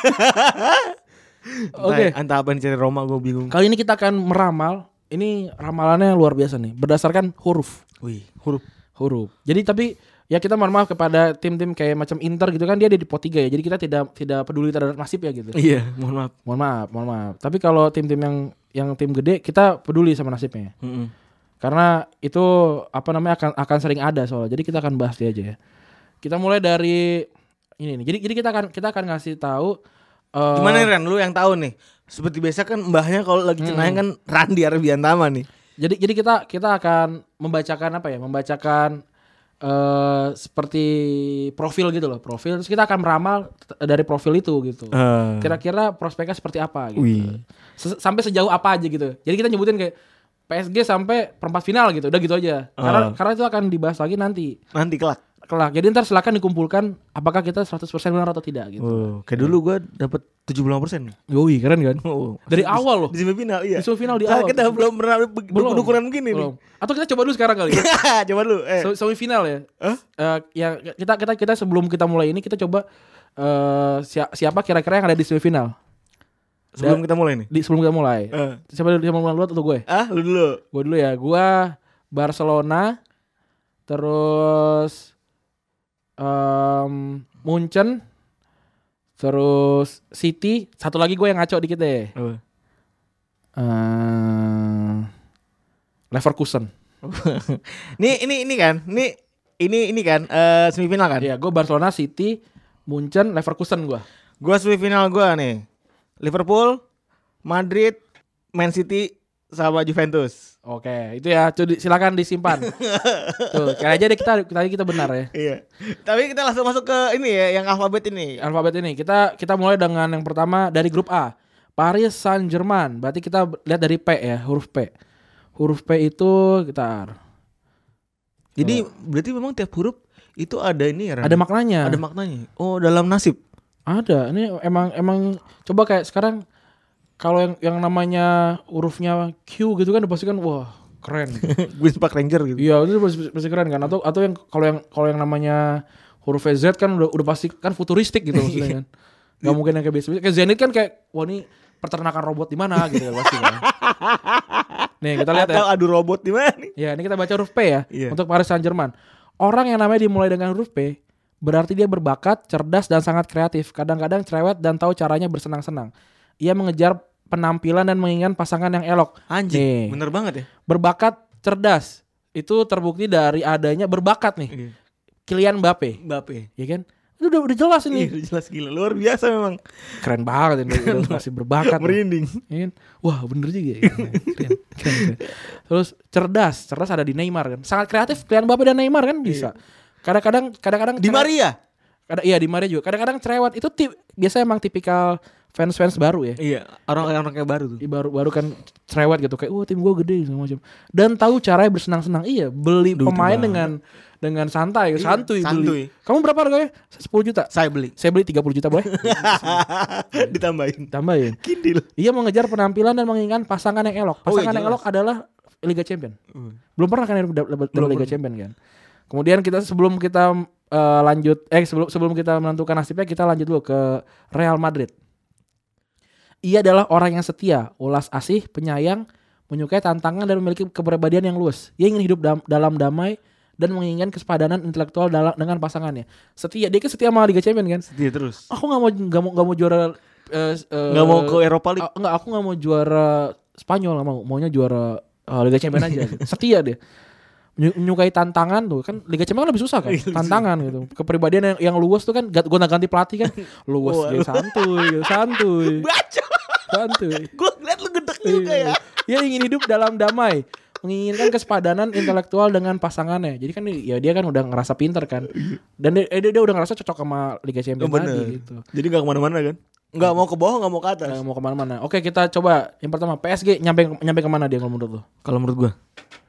Oke. Entah apa yang cari Roma, gue bingung. Kali ini kita akan meramal. Ini ramalannya luar biasa nih. Berdasarkan huruf. Wih, huruf. Jadi tapi ya kita mohon maaf kepada tim-tim kayak macam Inter gitu kan, dia ada di pot 3 ya. Jadi kita tidak peduli terhadap nasib ya gitu. Iya, mohon maaf. Tapi kalau tim-tim yang tim gede kita peduli sama nasibnya. Karena itu akan sering ada soalnya. Jadi kita akan bahas dia aja ya. Kita mulai dari ini nih. Jadi kita akan ngasih tahu gimana Ran, lu yang tahu nih. Seperti biasa kan mbahnya kalau lagi cenayang kan Randi Arbiantama nih. Jadi kita akan membacakan seperti profil gitu loh, profil. Terus kita akan meramal dari profil itu gitu. Kira-kira prospeknya seperti apa gitu. Sampai sejauh apa aja gitu. Jadi kita nyebutin kayak PSG sampai perempat final gitu. Udah gitu aja. Karena itu akan dibahas lagi nanti kelak. Jadi ntar silakan dikumpulkan apakah kita 100% benar atau tidak gitu. Kayak dulu gue dapet 75%. Yoi, keren kan? Dari awal loh. Di semifinal, iya. Di semifinal di awal. Kita belum pernah ukuran begini nih. Atau kita coba dulu sekarang kali. Coba dulu. Semifinal ya. Ya kita sebelum kita mulai ini kita coba siapa kira-kira yang ada di semifinal. Sebelum kita mulai nih. Sebelum kita mulai. Siapa dulu atau gue? Lu dulu. Gue dulu ya. Gue Barcelona, terus Munchen, terus City. Satu lagi gue yang ngaco dikit deh. Leverkusen. Ini kan semifinal kan? Iya, gue Barcelona, City, Munchen, Leverkusen gue. Gue semifinal gue nih. Liverpool, Madrid, Man City, sama Juventus. Oke, itu ya. Silakan disimpan. Tuh, kayak aja deh kita benar ya. Iya. Tapi kita langsung masuk ke ini ya, yang alfabet ini. Alfabet ini kita mulai dengan yang pertama dari grup A. Paris Saint-Germain. Berarti kita lihat dari P ya, huruf P. Huruf P itu kita. Jadi berarti memang tiap huruf itu ada ini ya. Ada maknanya. Ada maknanya. Oh, dalam nasib. Ada. Ini emang coba kayak sekarang kalau yang namanya hurufnya Q gitu kan pasti kan wah keren. Queen's Park Ranger gitu. Iya itu pasti keren kan. Atau yang kalau yang namanya huruf Z kan udah pasti kan futuristik gitu maksudnya kan. Gak mungkin yang kayak biasa. Kayak Zenith kan kayak wah ini peternakan robot di mana gitu pasti kan. Nih kita lihat ya. Atau adu robot di mana nih? Ya ini kita baca huruf P ya. Iya. Untuk Paris Saint-Germain. Orang yang namanya dimulai dengan huruf P berarti dia berbakat, cerdas dan sangat kreatif. Kadang-kadang cerewet dan tahu caranya bersenang-senang. Ia mengejar penampilan dan menginginkan pasangan yang elok. Anjing, nih, bener banget ya. berbakat, cerdas. Itu terbukti dari adanya berbakat nih. Iya. Kylian Mbappe, Mbappe. ya kan? Itu udah jelas Iya, ini. udah jelas gila. Luar biasa memang. Keren banget ini, udah masih berbakat. Merinding. Ya kan? Wah, bener juga ya. Keren. Terus cerdas ada di Neymar kan. Sangat kreatif Kylian Mbappe dan Neymar kan bisa. Kadang-kadang Di Maria. Iya, di Maria juga. Kadang-kadang cerewet itu biasanya emang tipikal fans baru ya. Iya, orang-orang kayak baru tuh. Baru kan cerewet gitu kayak tim gue gede segala macam. Dan tahu caranya bersenang-senang. Iya, beli pemain dengan santai, iya, santuy beli. Kamu berapa harganya? 10 juta. Saya beli 30 juta boleh? Tambahin. Kindil. Ia mengejar penampilan dan menginginkan pasangan yang elok. Pasangan yang elok adalah Liga Champion. Belum pernah kan dapat Liga Champion kan. Kemudian sebelum kita lanjut sebelum kita menentukan nasibnya kita lanjut dulu ke Real Madrid. Ia adalah orang yang setia, ulas asih, penyayang, menyukai tantangan dan memiliki kepribadian yang luas. Ia ingin hidup dalam damai dan menginginkan kesepadanan intelektual dengan pasangannya. Setia, dia kan setia sama Liga Champions kan? Setia terus. Aku nggak mau juara. Nggak mau ke Eropa League. Aku nggak mau juara Spanyol, nggak maunya juara Liga Champions aja. Setia dia. Menyukai tantangan tuh kan Liga Champions kan lebih susah kan tantangan gitu. Kepribadian yang luas tuh kan gonta-ganti pelatih kan luas gitu, santuy. Baca. Santuy. Gue ngeliat lu gedek juga ya. Ia ingin hidup dalam damai, menginginkan kesepadanan intelektual dengan pasangannya. Jadi kan ya dia kan udah ngerasa pinter kan. Dan dia udah ngerasa cocok sama Liga Champions tadi gitu. Jadi gak kemana-mana kan? Gak mau ke bawah, gak mau ke atas. Gak mau kemana-mana. Oke kita coba yang pertama PSG nyampe kemana dia kalau menurut lo? Kalau menurut gue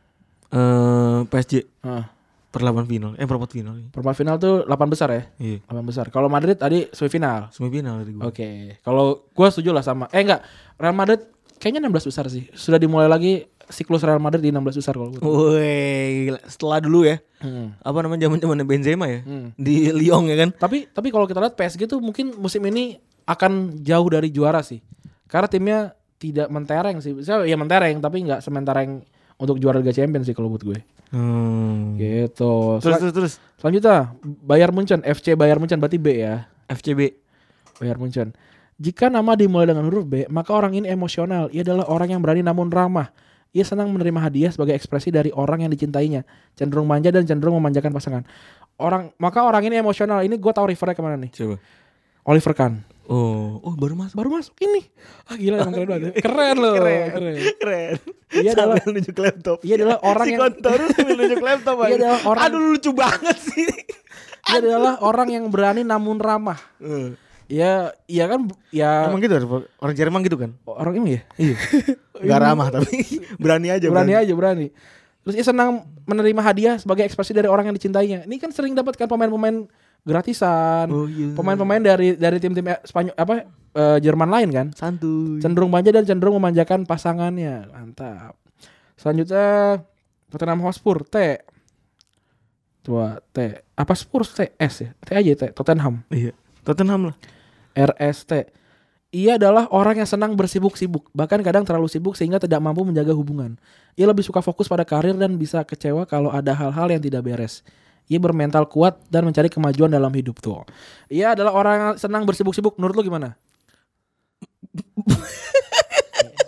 PSG perempat final tuh 8 besar ya? Iya. 8 besar. Kalau Madrid tadi semifinal tadi gue. Oke. Kalau gue setuju lah sama enggak, Real Madrid kayaknya 16 besar sih. Sudah dimulai lagi siklus Real Madrid di 16 besar kalau gue. Woi, setelah dulu ya. Apa namanya zaman-zamannya Benzema ya? Di Lyon ya kan? Tapi kalau kita lihat PSG tuh mungkin musim ini akan jauh dari juara sih. Karena timnya tidak mentereng sih. Ya mentereng tapi enggak sementereng untuk juara Liga Champions sih kalau buat gue. Gitu. Terus. Selanjutnya Bayern Munchen, FC Bayern Munchen berarti B ya. FCB Bayern Munchen. Jika nama dimulai dengan huruf B, maka orang ini emosional. Ia adalah orang yang berani namun ramah. Ia senang menerima hadiah sebagai ekspresi dari orang yang dicintainya. Cenderung manja dan cenderung memanjakan pasangan. Maka orang ini emosional. Ini gue tahu refernya kemana nih? Coba. Oliver Kahn. Oh baru masuk ini. Gila emang keren banget. Keren loh. Keren. Ia adalah nunjuk laptop. Ia adalah orang si yang Kontorus nunjuk laptop. Ia adalah orang. Aduh lucu banget sih. Ia adalah orang yang berani namun ramah. Ya kan ya. Emang gitu orang Jerman gitu kan? Orang ini ya? Iya. Gak ramah tapi berani aja. Berani. Terus ia senang menerima hadiah sebagai ekspresi dari orang yang dicintainya. Ini kan sering dapatkan pemain-pemain gratisan. Pemain-pemain dari tim-tim Spanyol Jerman lain kan. Santuy. Cenderung manja dan cenderung memanjakan pasangannya. Mantap. Selanjutnya Tottenham Hotspur T. Coba T. Apa Spurs T? S ya? T aja T. Tottenham. Iya. Tottenham lah. RST. Ia adalah orang yang senang bersibuk-sibuk, bahkan kadang terlalu sibuk sehingga tidak mampu menjaga hubungan. Ia lebih suka fokus pada karir dan bisa kecewa kalau ada hal-hal yang tidak beres. Ia bermental kuat dan mencari kemajuan dalam hidup tuh. Ia adalah orang yang senang bersibuk-sibuk. Menurut lu gimana?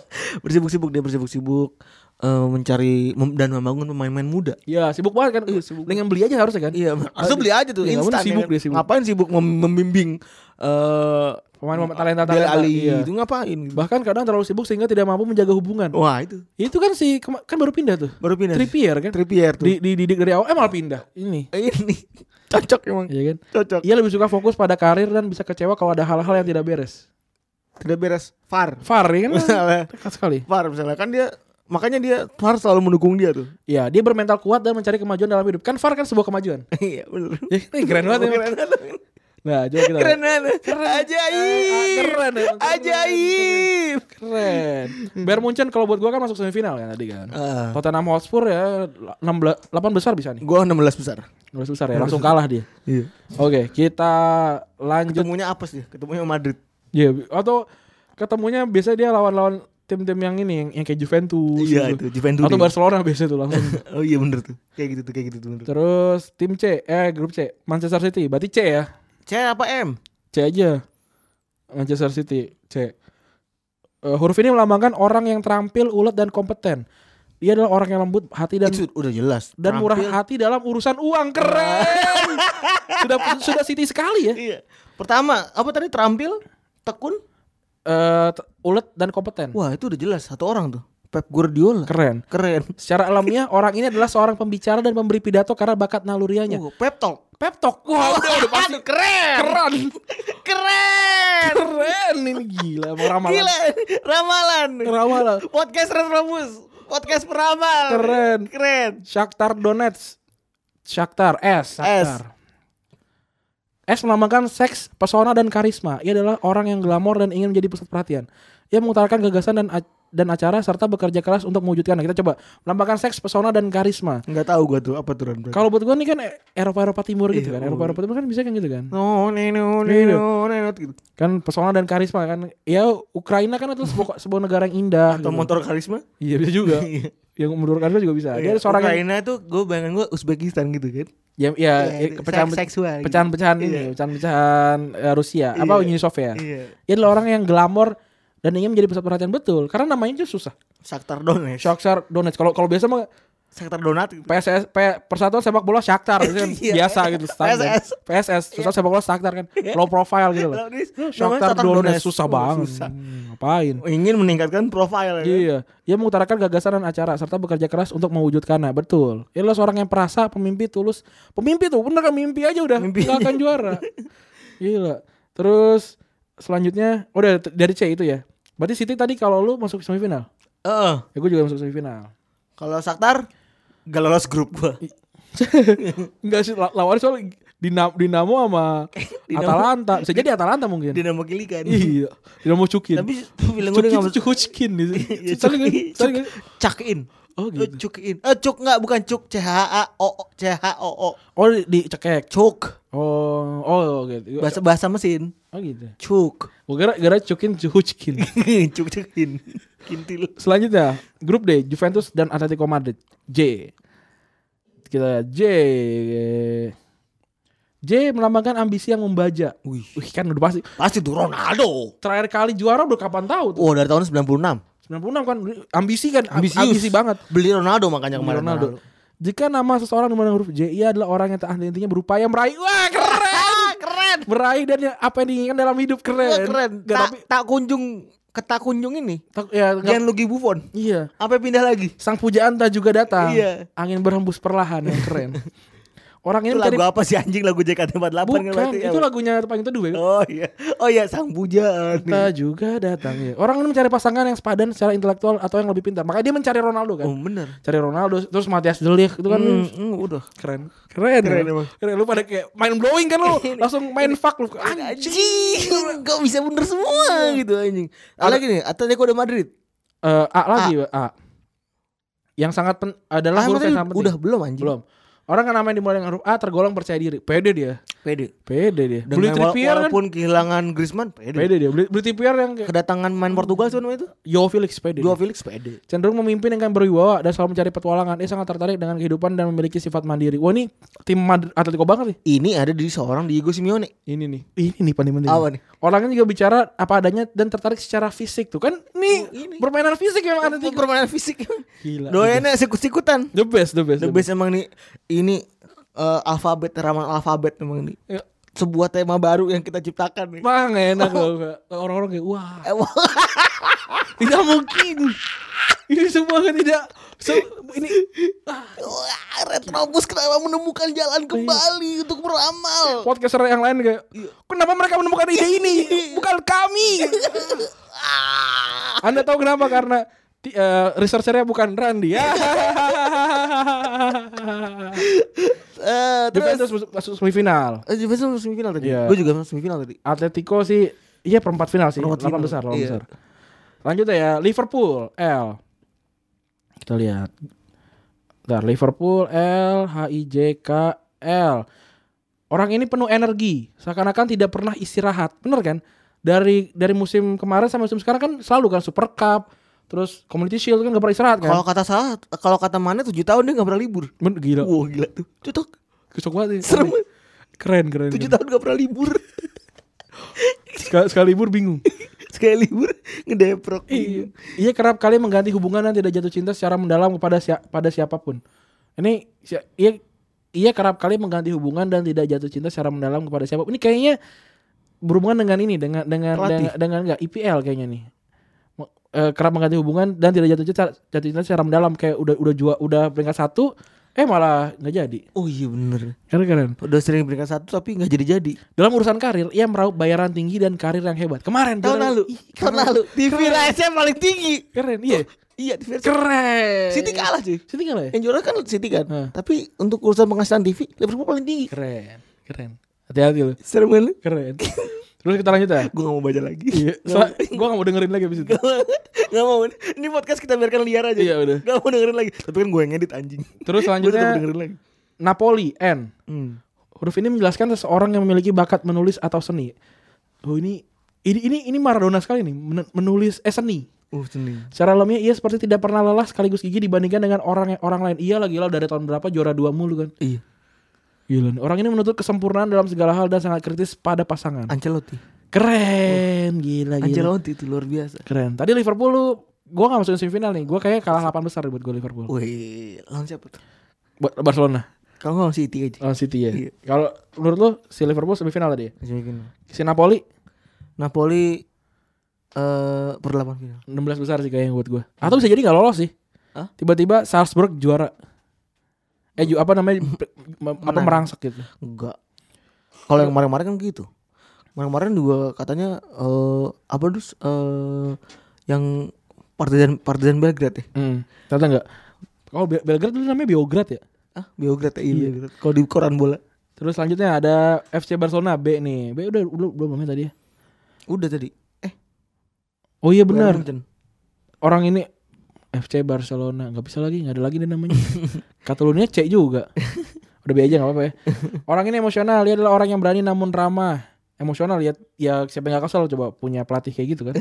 bersibuk-sibuk mencari dan membangun pemain-pemain muda. Iya, sibuk banget kan. Sibuk. Dengan beli aja harusnya kan. Iya, langsung beli aja tuh Iya, instan. sibuk ya kan? dia sibuk. Ngapain sibuk membimbing Pemain talenta Dele Ali iya. itu ngapain? Bahkan kadang terlalu sibuk sehingga tidak mampu menjaga hubungan. Wah, itu. Itu kan kan baru pindah tuh. Baru pindah. Trippier kan. Trippier tuh. Dididik dari awal malah pindah. Ini. Ini cocok emang. Iya kan? Cocok. Ia lebih suka fokus pada karir dan bisa kecewa kalau ada hal-hal yang tidak beres. Tidak beres. VAR. VAR ya kan? Misalnya. Dekat sekali. VAR misalnya kan dia makanya dia VAR selalu mendukung dia tuh. Iya, dia bermental kuat dan mencari kemajuan dalam hidup. Kan VAR kan sebuah kemajuan. Iya, benar. Ini keren banget ya. Nah, coba kita. Keren banget. Ajaib. Keren ya. Ajaib. Keren. Bayern Munchen kalau buat gua kan masuk semifinal ya tadi kan. Tottenham Hotspur ya 8 besar bisa nih. Gua 16 besar. 16 besar ya, langsung kalah dia. Iya. Oke, kita lanjut. Ketemunya apa sih? Ketemunya Madrid. Iya, atau ketemunya biasanya dia lawan tim-tim yang ini yang kayak Juventus. Iya, gitu. itu Juventus. Atau Barcelona biasanya tuh langsung. Oh iya bener tuh. Kayak gitu tuh bener. Terus tim C, grup C, Manchester City. Berarti C ya. C apa M? C aja. Manchester City, C. Huruf ini melambangkan orang yang terampil, ulet dan kompeten. Dia adalah orang yang lembut hati dan Itu udah jelas. dan murah hati dalam urusan uang. Keren. sudah City sekali ya. Iya. Pertama, apa tadi terampil, tekun? Ulet dan kompeten. Wah, itu udah jelas satu orang tuh. Pep Guardiola. Keren. Secara alamiah orang ini adalah seorang pembicara dan pemberi pidato karena bakat nalurianya. Pep Talk. Pep Talk. Wah, udah pasti keren. Keren ini gila mau ramalan. Gila, ramalan. Podcast Retrobus. Podcast peramal. Keren. Shakhtar Donetsk. Shakhtar S melambangkan seks, pesona dan karisma. Ia adalah orang yang glamor dan ingin menjadi pusat perhatian. Ia mengutarakan gagasan dan acara serta bekerja keras untuk mewujudkannya. Kita coba melambangkan seks, pesona dan karisma. Enggak tahu gua tuh apa tuh Ran. Kalau buat gua nih kan Eropa Timur gitu kan. Eropa Timur kan bisa kan gitu kan. No gitu. Kan pesona dan karisma kan. Ya Ukraina kan itu sebuah negara yang indah. Atau gitu. motor karisma? Iya bisa juga. Yang menurut karisma juga bisa. Dia seorang Ukraina itu gue bayangan gue Uzbekistan gitu kan. Pecahan-pecahan Rusia apa Uni Soviet. Iya. Dia adalah orang yang glamor dan ingin menjadi pusat perhatian betul karena namanya itu susah. Shakhtar Donetsk. Shakhtar Donetsk. Kalau biasa mah Shakhtar Donat gitu. Persatuan Sepak Bola Shakhtar gitu kan. Biasa gitu standar. PSS susah sepak bola Shakhtar kan. Low profile gitu loh. Shakhtar Donetsk susah banget. Ngapain? Ingin meningkatkan profil ya. Iya. Ia mengutarakan gagasan dan acara serta bekerja keras untuk mewujudkannya. Betul. Ia adalah seorang yang perasa, pemimpi tulus. Pemimpi tuh bener kan mimpi aja udah nggak akan juara. Gila. Terus selanjutnya udah dari C itu ya. Berarti City tadi kalau lu masuk semifinal. Ya gue juga masuk semifinal. Kalau Shakhtar gak lolos grup gua. Enggak sih lawannya soal Dinamo sama Atalanta. Bisa jadi Atalanta mungkin. Dinamo Kilikan. Iya. Dinamo Cukin. Tapi bilang gue enggak masuk Cukin gitu. Cakin. Oh gitu. Cukin. Cuk enggak bukan Cuk CHAO. Oh dicekek. Cuk. Oh gitu. Bahasa mesin. Oh gitu. Cuk. Gue gara Cukin Cukin. Cukin. Kintil. Selanjutnya grup D, Juventus dan Atletico Madrid. J. Kita J melambangkan ambisi yang membaja. Wih kan udah pasti. Pasti tuh Ronaldo. Terakhir kali juara udah kapan tahu tuh? Oh dari tahun 96 kan ambisi banget. Beli Ronaldo makanya kemarin Ronaldo. Jika nama seseorang dengan huruf J, ia adalah orang yang tak henti-hentinya berupaya meraih. Wah keren. Meraih dan apa yang diinginkan dalam hidup keren. Tak kunjung ini. Jangan Luigi Buffon. Iya. Sampai pindah lagi. Sang pujaan tak juga datang. Iya. Angin berhembus perlahan yang keren. Orang ini itu lagu apa sih anjing, lagu JKT48 bukan, kan berarti? Itu lagunya Paling Teduh ya. Oh iya sang pujaan. Tak juga datang ya. Orang ini mencari pasangan yang sepadan secara intelektual atau yang lebih pintar. Makanya dia mencari Ronaldo kan. Oh bener. Cari Ronaldo terus Matthias De Ligt itu kan udah keren emang. Keren lu pada kayak mind blowing kan lu. Langsung main fuck lu. Anjing. Kok bisa bener semua gitu anjing. Lagi nih Atletico de Madrid. A. Yang sangat adalah huruf yang sangat penting. Udah belum anjing. Belum. Orang yang namanya dimulai dengan huruf A tergolong percaya diri. Pede dia. Pede. Pede dia. Dengan Beli Trippier kan. walaupun kehilangan Griezmann, pede. Pede dia. Beli Trippier yang kayak Kedatangan main Portugal sebenarnya itu. Joao Felix pede. Joao Felix pede. Cenderung memimpin dengan berwibawa dan selalu mencari petualangan. Ia sangat tertarik dengan kehidupan dan memiliki sifat mandiri. Wah, ini tim Atletico banget nih. Ini ada di seorang Diego Simeone. Ini nih pandai-pandai. Apa nih? Orangnya juga bicara apa adanya dan tertarik secara fisik tuh kan. Nih permainan fisik emang Atletico. Permainan fisik. Gila. Doyannya sikut-sikutan. The best. The best emang nih. Ini alfabet ramal alfabet emang nih. Ya. Sebuah tema baru yang kita ciptakan nih. Wah, gak enak loh. Orang-orang kayak wah. Tidak mungkin. Ini semua kan tidak. Ini Wah, Retrobus kenapa menemukan jalan kembali untuk beramal? podcaster yang lain kayak kenapa mereka menemukan ide ini? Bukan kami. Anda tahu kenapa? Karena researchernya bukan Randy ya. Juventus masuk semifinal. Juventus masuk semifinal tadi. Iya. Gue juga masuk semifinal tadi. Atletico sih iya perempat final sih. Perempat Lawan final. besar. Iya. Lanjut ya Liverpool L. Kita lihat. Bentar, Liverpool L HIJK L. Orang ini penuh energi, seakan-akan tidak pernah istirahat. Bener kan? Dari musim kemarin sampai musim sekarang kan selalu kan Super Cup, terus Community Shield kan gak pernah istirahat kan? Kalau kata Mane 7 tahun dia gak pernah libur. Gila. Wah gila tuh. Cocok banget. Serem. Keren. 7 tahun gak pernah libur. Sekali libur bingung. Sekali libur ngedeprok. Ia kerap kali mengganti hubungan dan tidak jatuh cinta secara mendalam pada siapapun. Ini ia kerap kali mengganti hubungan dan tidak jatuh cinta secara mendalam kepada siapapun. Ini kayaknya berhubungan dengan ini dengan enggak IPL kayaknya nih. Kerap mengganti hubungan dan tidak jatuh cinta secara mendalam, kayak udah peringkat 1 malah nggak jadi. Oh iya bener. Keren. Udah sering peringkat 1 tapi nggak jadi. Dalam urusan karir, ia meraup bayaran tinggi dan karir yang hebat. Kemarin tahun lalu TV race paling tinggi. Keren, iya. Iya TV race. Keren. City kalah cuy. City kalah ya? Yang juara kan City kan. Tapi untuk urusan penghasilan TV Liverpool paling tinggi. Keren. Hati-hati lu. Serem kan lu? Keren. Terus kita lanjut ya. Gue gak mau baca lagi. Iya. Gue gak mau dengerin lagi abis itu. Gak mau. Ini podcast kita biarkan liar aja. Iya udah. Gak mau dengerin lagi. Tapi kan gue yang edit anjing. Terus selanjutnya dengerin lagi. Napoli N. Huruf ini menjelaskan seseorang yang memiliki bakat menulis atau seni. Oh ini Maradona sekali nih. Menulis seni. Seni. Secara alamiah ia seperti tidak pernah lelah sekaligus gigih dibandingkan dengan orang lain. Iya lah gila dari tahun berapa juara 2 mulu kan. Iya. Gila. Orang ini menuntut kesempurnaan dalam segala hal dan sangat kritis pada pasangan. Ancelotti. Keren. Gila. Ancelotti itu luar biasa. Keren. Tadi Liverpool lu gue gak masukin semifinal nih. Gue kayak kalah 8 besar buat gue Liverpool. Wih, lawan siapa tuh? Buat Barcelona. Kalau lawan City aja. Lawan City ya. Iya. Kalau menurut lu si Liverpool semifinal tadi ya? Semifinal. Si Napoli per 8 final. 16 besar sih kayaknya buat gue. Atau bisa jadi gak lolos sih. Hah? Tiba-tiba Salzburg juara. Merangsek gitu. Enggak. Kalau yang kemarin-kemarin kan gitu. Kemarin juga katanya yang Partizan Belgrade ya. Ternyata enggak. Kalau Belgrade dulu namanya Beograd ya? Beograd ya. Iya. Kalau di koran bola. Terus selanjutnya ada FC Barcelona B nih. B udah belum tadi ya? Udah tadi. Oh iya benar. Orang ini FC Barcelona, nggak bisa lagi, nggak ada lagi deh namanya. Catalunya C juga. Udah B aja nggak apa-apa ya. Orang ini emosional, dia adalah orang yang berani namun ramah. Emosional ya siapa yang nggak kesel coba punya pelatih kayak gitu kan.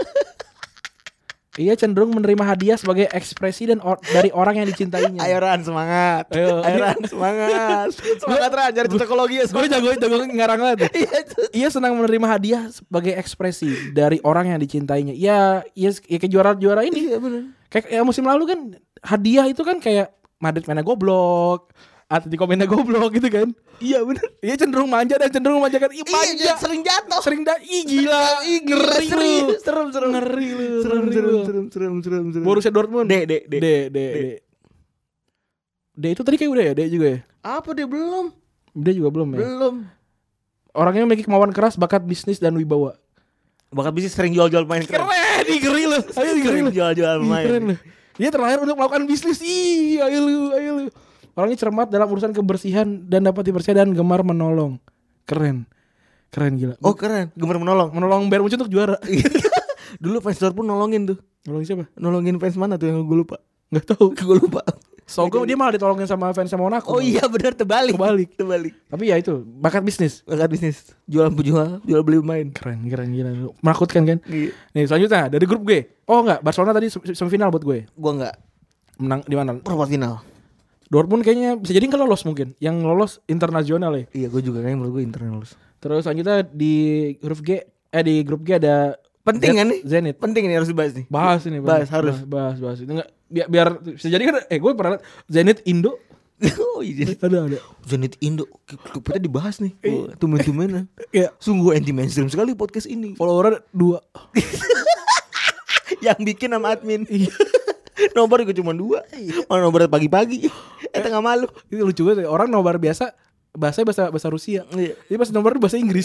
Ia cenderung menerima hadiah sebagai ekspresi dari orang yang dicintainya. Ayo Ran semangat. Ayo Ran semangat. Semangat Ran cari psikologi ya. Gue jago ngarang banget. Ia senang menerima hadiah sebagai ekspresi dari orang yang dicintainya. Ya kayak juara ini. Iya benar. Kayak musim lalu kan hadiah itu kan kayak Madrid mainnya goblok, Atletico mainnya goblok gitu kan. Iya benar. Ia cenderung manja dan cenderung memanjakan. Iya sering jatuh. Gila. Ngeri lu. Serem. Ngeri lu. Serem. Borussia Dortmund. D. D itu tadi kayak udah ya, D juga ya? Apa dia belum? D juga belum ya? Belum. Orangnya memiliki kemauan keras, bakat bisnis dan wibawa. Bakat bisnis sering jual-jual pemain keren. Ngeri lu. Ayo ngeri lu. Jual-jual pemain. Keren lu. Dia terlahir untuk melakukan bisnis. Ayo lu. Orangnya cermat dalam urusan kebersihan dan dapat dipercaya dan gemar menolong. Keren gila. Oh keren, gemar menolong Bayern Munchen untuk juara. Dulu fans Dortmund nolongin tuh. Nolongin siapa? Nolongin fans mana tuh yang gue lupa. Gak tahu. Gue lupa. Sogo dia malah ditolongin sama fansnya Monaco. Oh iya benar terbalik. Tapi ya itu bakat bisnis. Jual beli pemain. Keren gila. Menakutkan kan? Iya. Nih selanjutnya dari grup G. Oh enggak, Barcelona tadi semifinal buat gue. Gua enggak. Menang di mana? Perempat final. Dortmund kayaknya bisa jadi kan lolos mungkin. Yang lolos internasional ya. Iya, gue juga kayaknya menurut gue Inter lolos. Terus selanjutnya di huruf G di grup G ada penting kan nih? Zenit. Penting nih harus dibahas nih. Harus bahas itu enggak biar bisa jadi kan gue pernah liat Zenit Indo. Oh iya. Ada. Zenit Indo kita dibahas nih. Oh, tumen-tumenan. Iya. Sungguh anti mainstream sekali podcast ini. Follower 2. Yang bikin sama admin. Nomor gue cuma 2. Mana nomor pagi-pagi. Tengah malu. Itu lucu banget. Orang nobar biasa bahasa Rusia. Iya. Jadi pas nomor bahasa Inggris.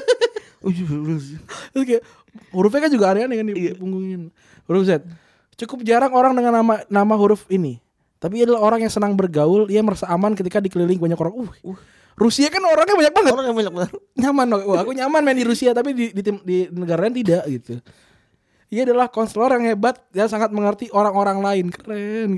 Terus kayak hurufnya kan juga aneh-aneh kan di punggungin. Huruf Z. Cukup jarang orang dengan nama huruf ini. Tapi ia adalah orang yang senang bergaul. Ia merasa aman ketika dikelilingi banyak orang. Rusia kan orangnya banyak banget. Nyaman. Aku nyaman main di Rusia, tapi di negara lain tidak gitu. Ia adalah konselor yang hebat dan sangat mengerti orang-orang lain. Keren.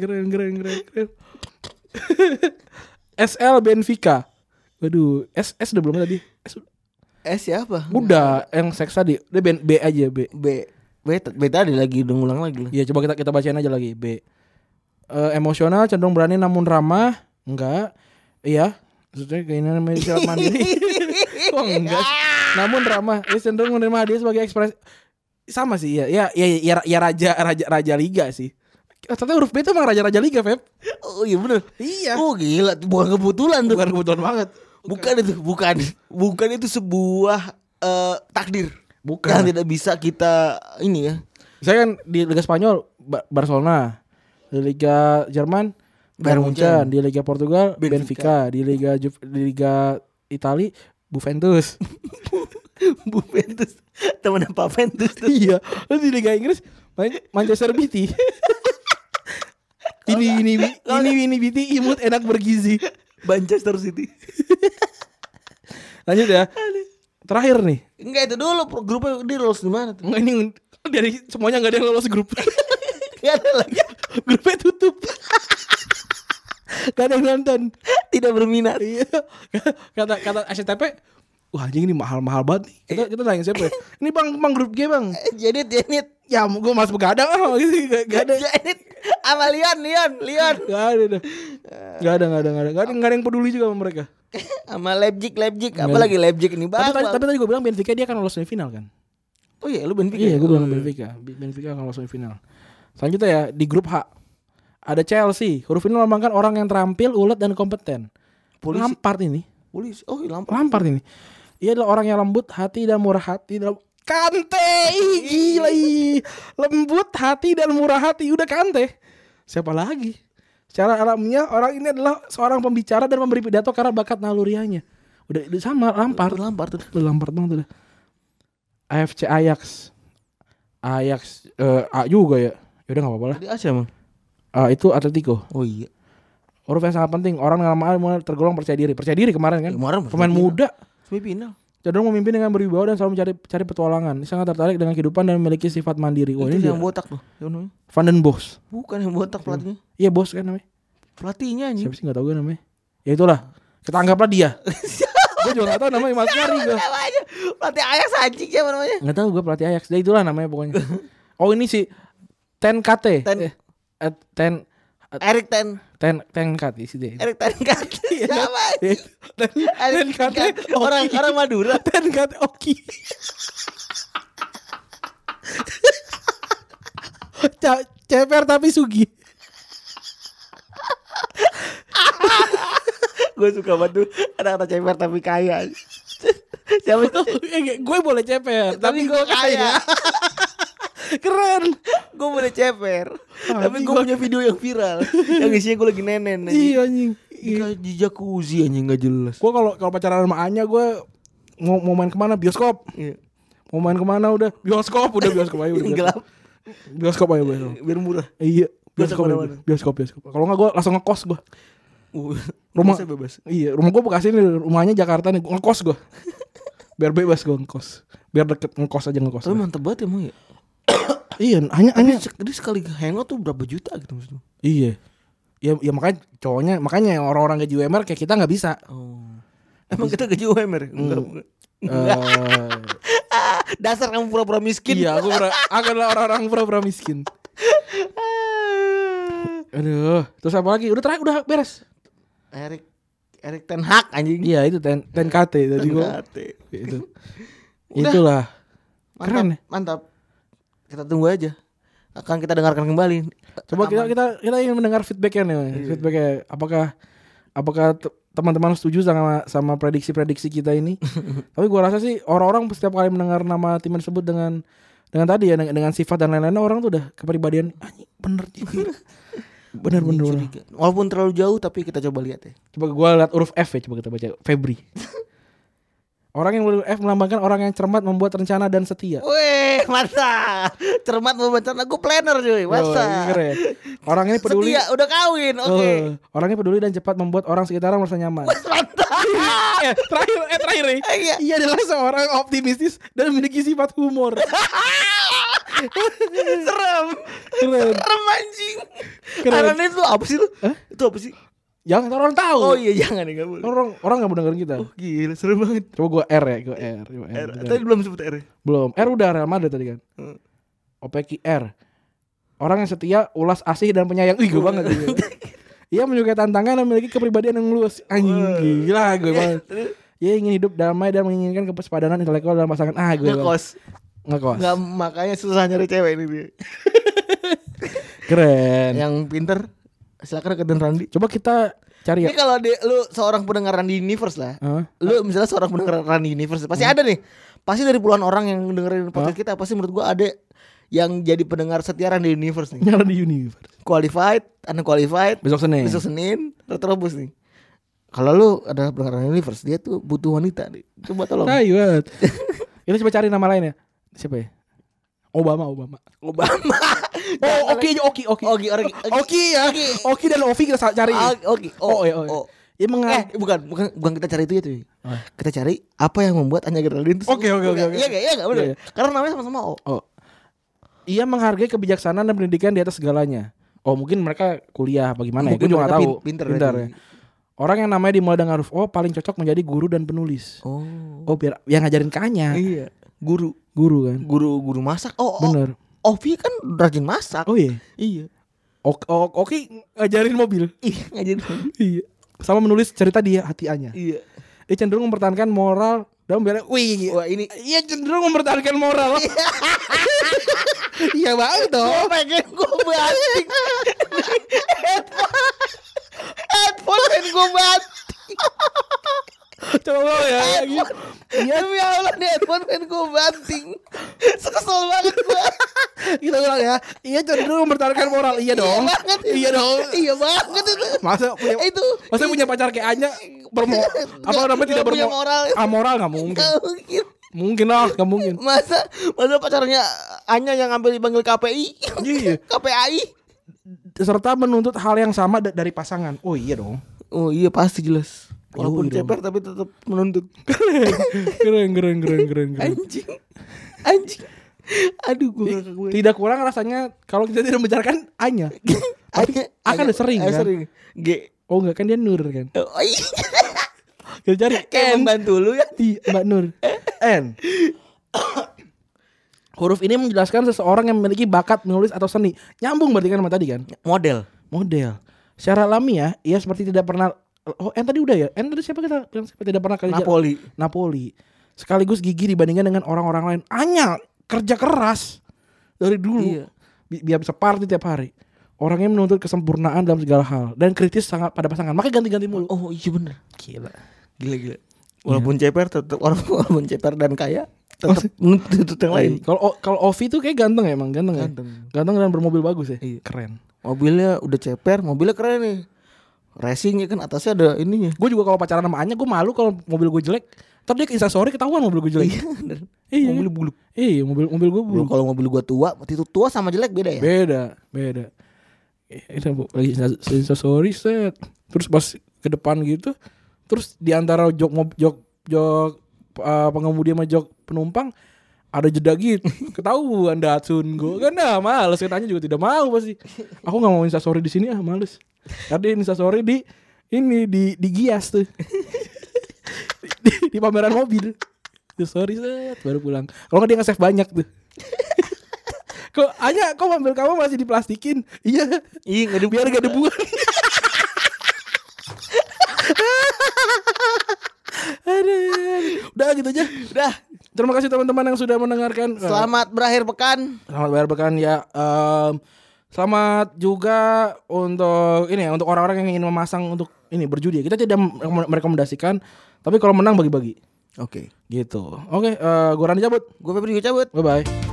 SL Benfica. Waduh, S udah belum tadi? S siapa? Udah, yang seks tadi. Dia B aja, B. B tadi lagi udah ngulang lagi lah. Iya, coba kita bacain aja lagi, B. Emosional, cenderung berani namun ramah. Enggak. Iya. Maksudnya keinginan silat mandiri. Kok enggak? Namun ramah. Dia cenderung menerima hadiah sebagai ekspresi. Sama sih, ya raja liga sih. Ternyata huruf B itu emang raja liga, Feb. Oh iya bener. Iya. Oh gila, bukan kebetulan tuh. Bukan kebetulan banget. Bukan itu sebuah takdir. Bukan. Yang tidak bisa kita ini ya. Saya kan di Liga Spanyol Barcelona, di Liga Jerman Bayern Munchen, di Liga Portugal Benfica, di Liga Italia Juventus. Juventus teman apa Juventus tuh? Iya. Terus di Liga Inggris Manchester City. ini BT imut enak bergizi. Manchester City. Lanjut ya. Terakhir nih. Enggak itu dulu grupnya dia lolos di mana tuh? Enggak, ini dari semuanya enggak ada yang lolos grup. Enggak ada lagi. Grupnya tutup. Gak ada yang nonton. Tidak berminat. Iya. Kata SCTP, wah anjing ini mahal banget nih. Kita nanya siapa ya? Ini bang grup G bang. Janit. Ya gue masih begadang gitu. Gak ada. Janit. Sama Leon. Gak ada yang peduli juga sama mereka. Sama Leipzig. Apalagi Leipzig ini bang. Tapi tadi gue bilang Benfica dia akan lolos semifinal kan. Oh iya lu Benfica. Iya gue bilang Benfica akan lolos semifinal. Selanjutnya ya di grup H ada Chelsea. Huruf ini melambangkan orang yang terampil, ulet dan kompeten. Lampard ini. Oh Lampard ini. Ia adalah orang yang lembut hati dan murah hati. Kante, gila. Lembut hati dan murah hati. Udah Kante. Siapa lagi? Secara alamiah orang ini adalah seorang pembicara dan memberi pidato karena bakat naluriahnya. Udah sama Lampard banget udah. AFC Ajax A juga ya. Yaudah gak apa-apa lah. Di Asia emang? Itu Atletico. Oh iya. Huruf yang sangat penting. Orang dengan nama A mulai tergolong percaya diri kemarin kan. Pemain muda. Semifinal. Cenderung memimpin dengan berwibawa dan selalu mencari petualangan. Sangat tertarik dengan kehidupan dan memiliki sifat mandiri. Wah, ini yang botak tuh. Van den Bosch. Bukan yang botak pelatihnya. Iya Bos kan namanya. Pelatihnya anjing. Siapa sih gak tahu gue namanya. Ya itulah. Kita anggaplah dia. Gue juga gak tahu namanya Mas Nyari gue. Pelatih Ajax anjing siapa namanya? Gak tahu gue pelatih Ajax. Ya itulah namanya pokoknya. Oh ini si TNKT. Erik TNKT sih deh. Erik TNKT. Siapa? TNKT orang Madura. TNKT Oki. Ceper tapi Sugi. Gue suka banget tuh kata ceper tapi kaya. Siapa itu? Gue boleh ceper tapi gue kaya. Keren. Gue boleh ceper tapi gue punya video yang viral yang isinya gue lagi nenen. Iya anjing. Di jacuzzi anjing gak jelas. Gue kalau pacaran sama Anya gue mau main kemana? Bioskop. Iya. Mau main kemana udah bioskop aja udah. Gelap. Bioskop aja biar murah. Iya. Bioskop. Kalau nggak gue langsung ngekos gue. Rumah bebas. Iya, rumah gue Bekasi nih, rumahnya Jakarta nih, ngekos gue. Biar bebas gue ngekos. Biar deket ngekos. Tapi mantep banget emang ya. Iya, hanya dia sekali hangout tuh berapa juta gitu maksudnya. Iya. Ya makanya cowoknya, makanya orang-orang gaji UMR kayak kita nggak bisa. Emang kita gaji UMR? Enggak. Dasar kamu pura-pura miskin. Iya, aku adalah orang-orang pura-pura miskin. Aduh, terus apa lagi? Udah beres. Erik Ten Hag anjing. Iya, itu 10 KT tadi gua. Itu. Itulah. Keren ya? Mantap. Kita tunggu aja. Akan kita dengarkan kembali. Coba kita ingin mendengar feedbacknya nih. Feedbacknya apakah teman-teman setuju sama prediksi-prediksi kita ini? Tapi gua rasa sih orang-orang setiap kali mendengar nama tim tersebut dengan tadi ya dengan sifat dan lain-lain, orang tuh udah kepribadian bener juga. Bener. Walaupun terlalu jauh tapi kita coba lihat ya. Coba gua lihat huruf F ya, coba kita baca. Febri. Orang yang berhuruf F melambangkan orang yang cermat, membuat rencana dan setia. Wih, masa cermat membuat rencana. Aku planner cuy, masa. Keren. Orang ini peduli. Setia, udah kawin, oke. Orangnya peduli dan cepat membuat orang sekitar merasa nyaman. Mantap. Terakhir nih. Ia adalah seorang optimistis dan memiliki sifat humor. Serem anjing. Karena itu apa sih lu? Itu apa sih? Jangan orang tahu. Oh iya, jangan ya, enggak boleh. Orang enggak mau dengerin kita. Oh gila, serem banget. Coba gua R. Tadi belum sebut R. Belum. R udah Real Madrid tadi kan. OPQ R. Orang yang setia, ulas, asih dan penyayang. Ih, gue banget gitu. Ia menyukai tantangan dan memiliki kepribadian yang luas. Anjing, gila gue banget. Ia ingin hidup damai dan menginginkan kesepadan intelektual dalam pasangan. Gue ngekos. Nggak, makanya susah nyari cewek ini dia. Keren. Yang pinter silakan deketin Randy. Coba kita cari ya. Ini kalau lu seorang pendengar Randy Universe lah. Lu misalnya seorang pendengar Randy Universe, pasti ada nih. Pasti dari puluhan orang yang dengerin podcast kita, pasti menurut gua ada yang jadi pendengar setia Randy Universe nih. Randy Universe. Qualified, unqualified. Besok Senin, terus nih. Kalau lu ada pendengar Randy Universe, dia tuh butuh wanita nih. Coba tolong. Ayo. Kita coba cari nama lain ya. Siapa ya? Obama. Oh, Oki ya. Oki dan Ovi kita cari. Oki. Ya bukan kita cari itu ya tuh. Kita cari apa yang membuat Anya Geraldine itu. Oke. Iya enggak benar. Karena namanya sama-sama O. Ia menghargai kebijaksanaan dan pendidikan di atas segalanya. Oh, mungkin mereka kuliah bagaimana ya? Gue juga enggak tahu. Pintar ya. Orang yang namanya dimulai dengan huruf O paling cocok menjadi guru dan penulis. Biar yang ngajarin ke Anya. Iya. Guru kan. Guru masak. Bener. Ovi kan rajin masak. Oh iya. Oki ngajarin mobil. Ngajarin mobil. Iya. Sama menulis cerita di hati Anya. Iya. Dia cenderung mempertahankan moral dan membela. Wah ini. Iya cenderung mempertahankan moral. Iya banget dong. Gue pengen gue banting. Headphone pengen gue banting. Coba ya. Iya demi Allah nih headphone pengen gue banting. Kesel banget gue. Kita bilang ya. Iya cenderung mempertahankan moral. Iya dong. Iya dong. Iya banget itu. Masa punya pacar kayak Anya tidak bermoral. Amoral nggak mungkin. Mungkin lah, nggak mungkin. Masa pacarnya Anya yang ngambil dipanggil KPI. Iya. KPI. Serta menuntut hal yang sama dari pasangan. Oh iya dong. Oh iya pasti jelas. Walaupun ceper tapi tetap menuntut. Keren. Anjing. Aduh gue. Tidak kurang rasanya kalau kita tidak membicarakan Anya. Akan sering kan. Sering. G. Oh enggak kan dia Nur kan. Oh iya. Kita cari N. Membantu lu ya. Mbak Nur. N. Huruf ini menjelaskan seseorang yang memiliki bakat menulis atau seni. Nyambung berarti kan sama tadi kan. Model. Secara alamiah ia seperti tidak pernah. Oh, N tadi udah ya. N tadi siapa kita bilang seperti tidak pernah kerja. Napoli. Sekaligus gigih dibandingkan dengan orang-orang lain. Anya kerja keras dari dulu. Iya. Biar bisa party tiap hari. Orangnya menuntut kesempurnaan dalam segala hal dan kritis sangat pada pasangan. Makanya ganti-ganti mulu. Oh iya benar. Gila. Walaupun ceper tetap walaupun ceper dan kaya tetap menuntut yang lain. Kalau Ovi tuh kayak ganteng ya emang ganteng. Ganteng dan bermobil bagus ya. Iya. Keren. Mobilnya udah ceper, mobilnya keren nih. Racingnya kan atasnya ada ininya. Gue juga kalau pacaran sama Anya gue malu kalau mobil gue jelek. Tapi dia ke Instastory ketahuan mobil gue jelek. Iya. Mobil buluk. Iya mobil gue buluk. Kalau mobil gue tua, itu tua sama jelek beda ya? Beda. Ini lagi Instastory set. Terus pas ke depan gitu, terus di antara jok pengemudi sama jok penumpang ada jeda gitu. Ketahuan Datsun gue kan males, katanya juga tidak mau pasti. Aku nggak mau Instastory di sini males. Karena instastory di Gias tuh. di pameran mobil. Story set baru pulang. Kalau nggak dia nge-save banyak tuh. Kok mobil kamu masih diplastikin? Iya. Biar gak debuan. Aduh. Udah gitu aja. Udah. Terima kasih teman-teman yang sudah mendengarkan. Selamat berakhir pekan. Selamat berakhir pekan ya. Selamat juga untuk ini ya, untuk orang-orang yang ingin memasang untuk ini berjudi. Kita tidak merekomendasikan, tapi kalau menang bagi-bagi. Oke. Gitu. Oke, gue Rani cabut. Gue Febri juga cabut. Bye bye.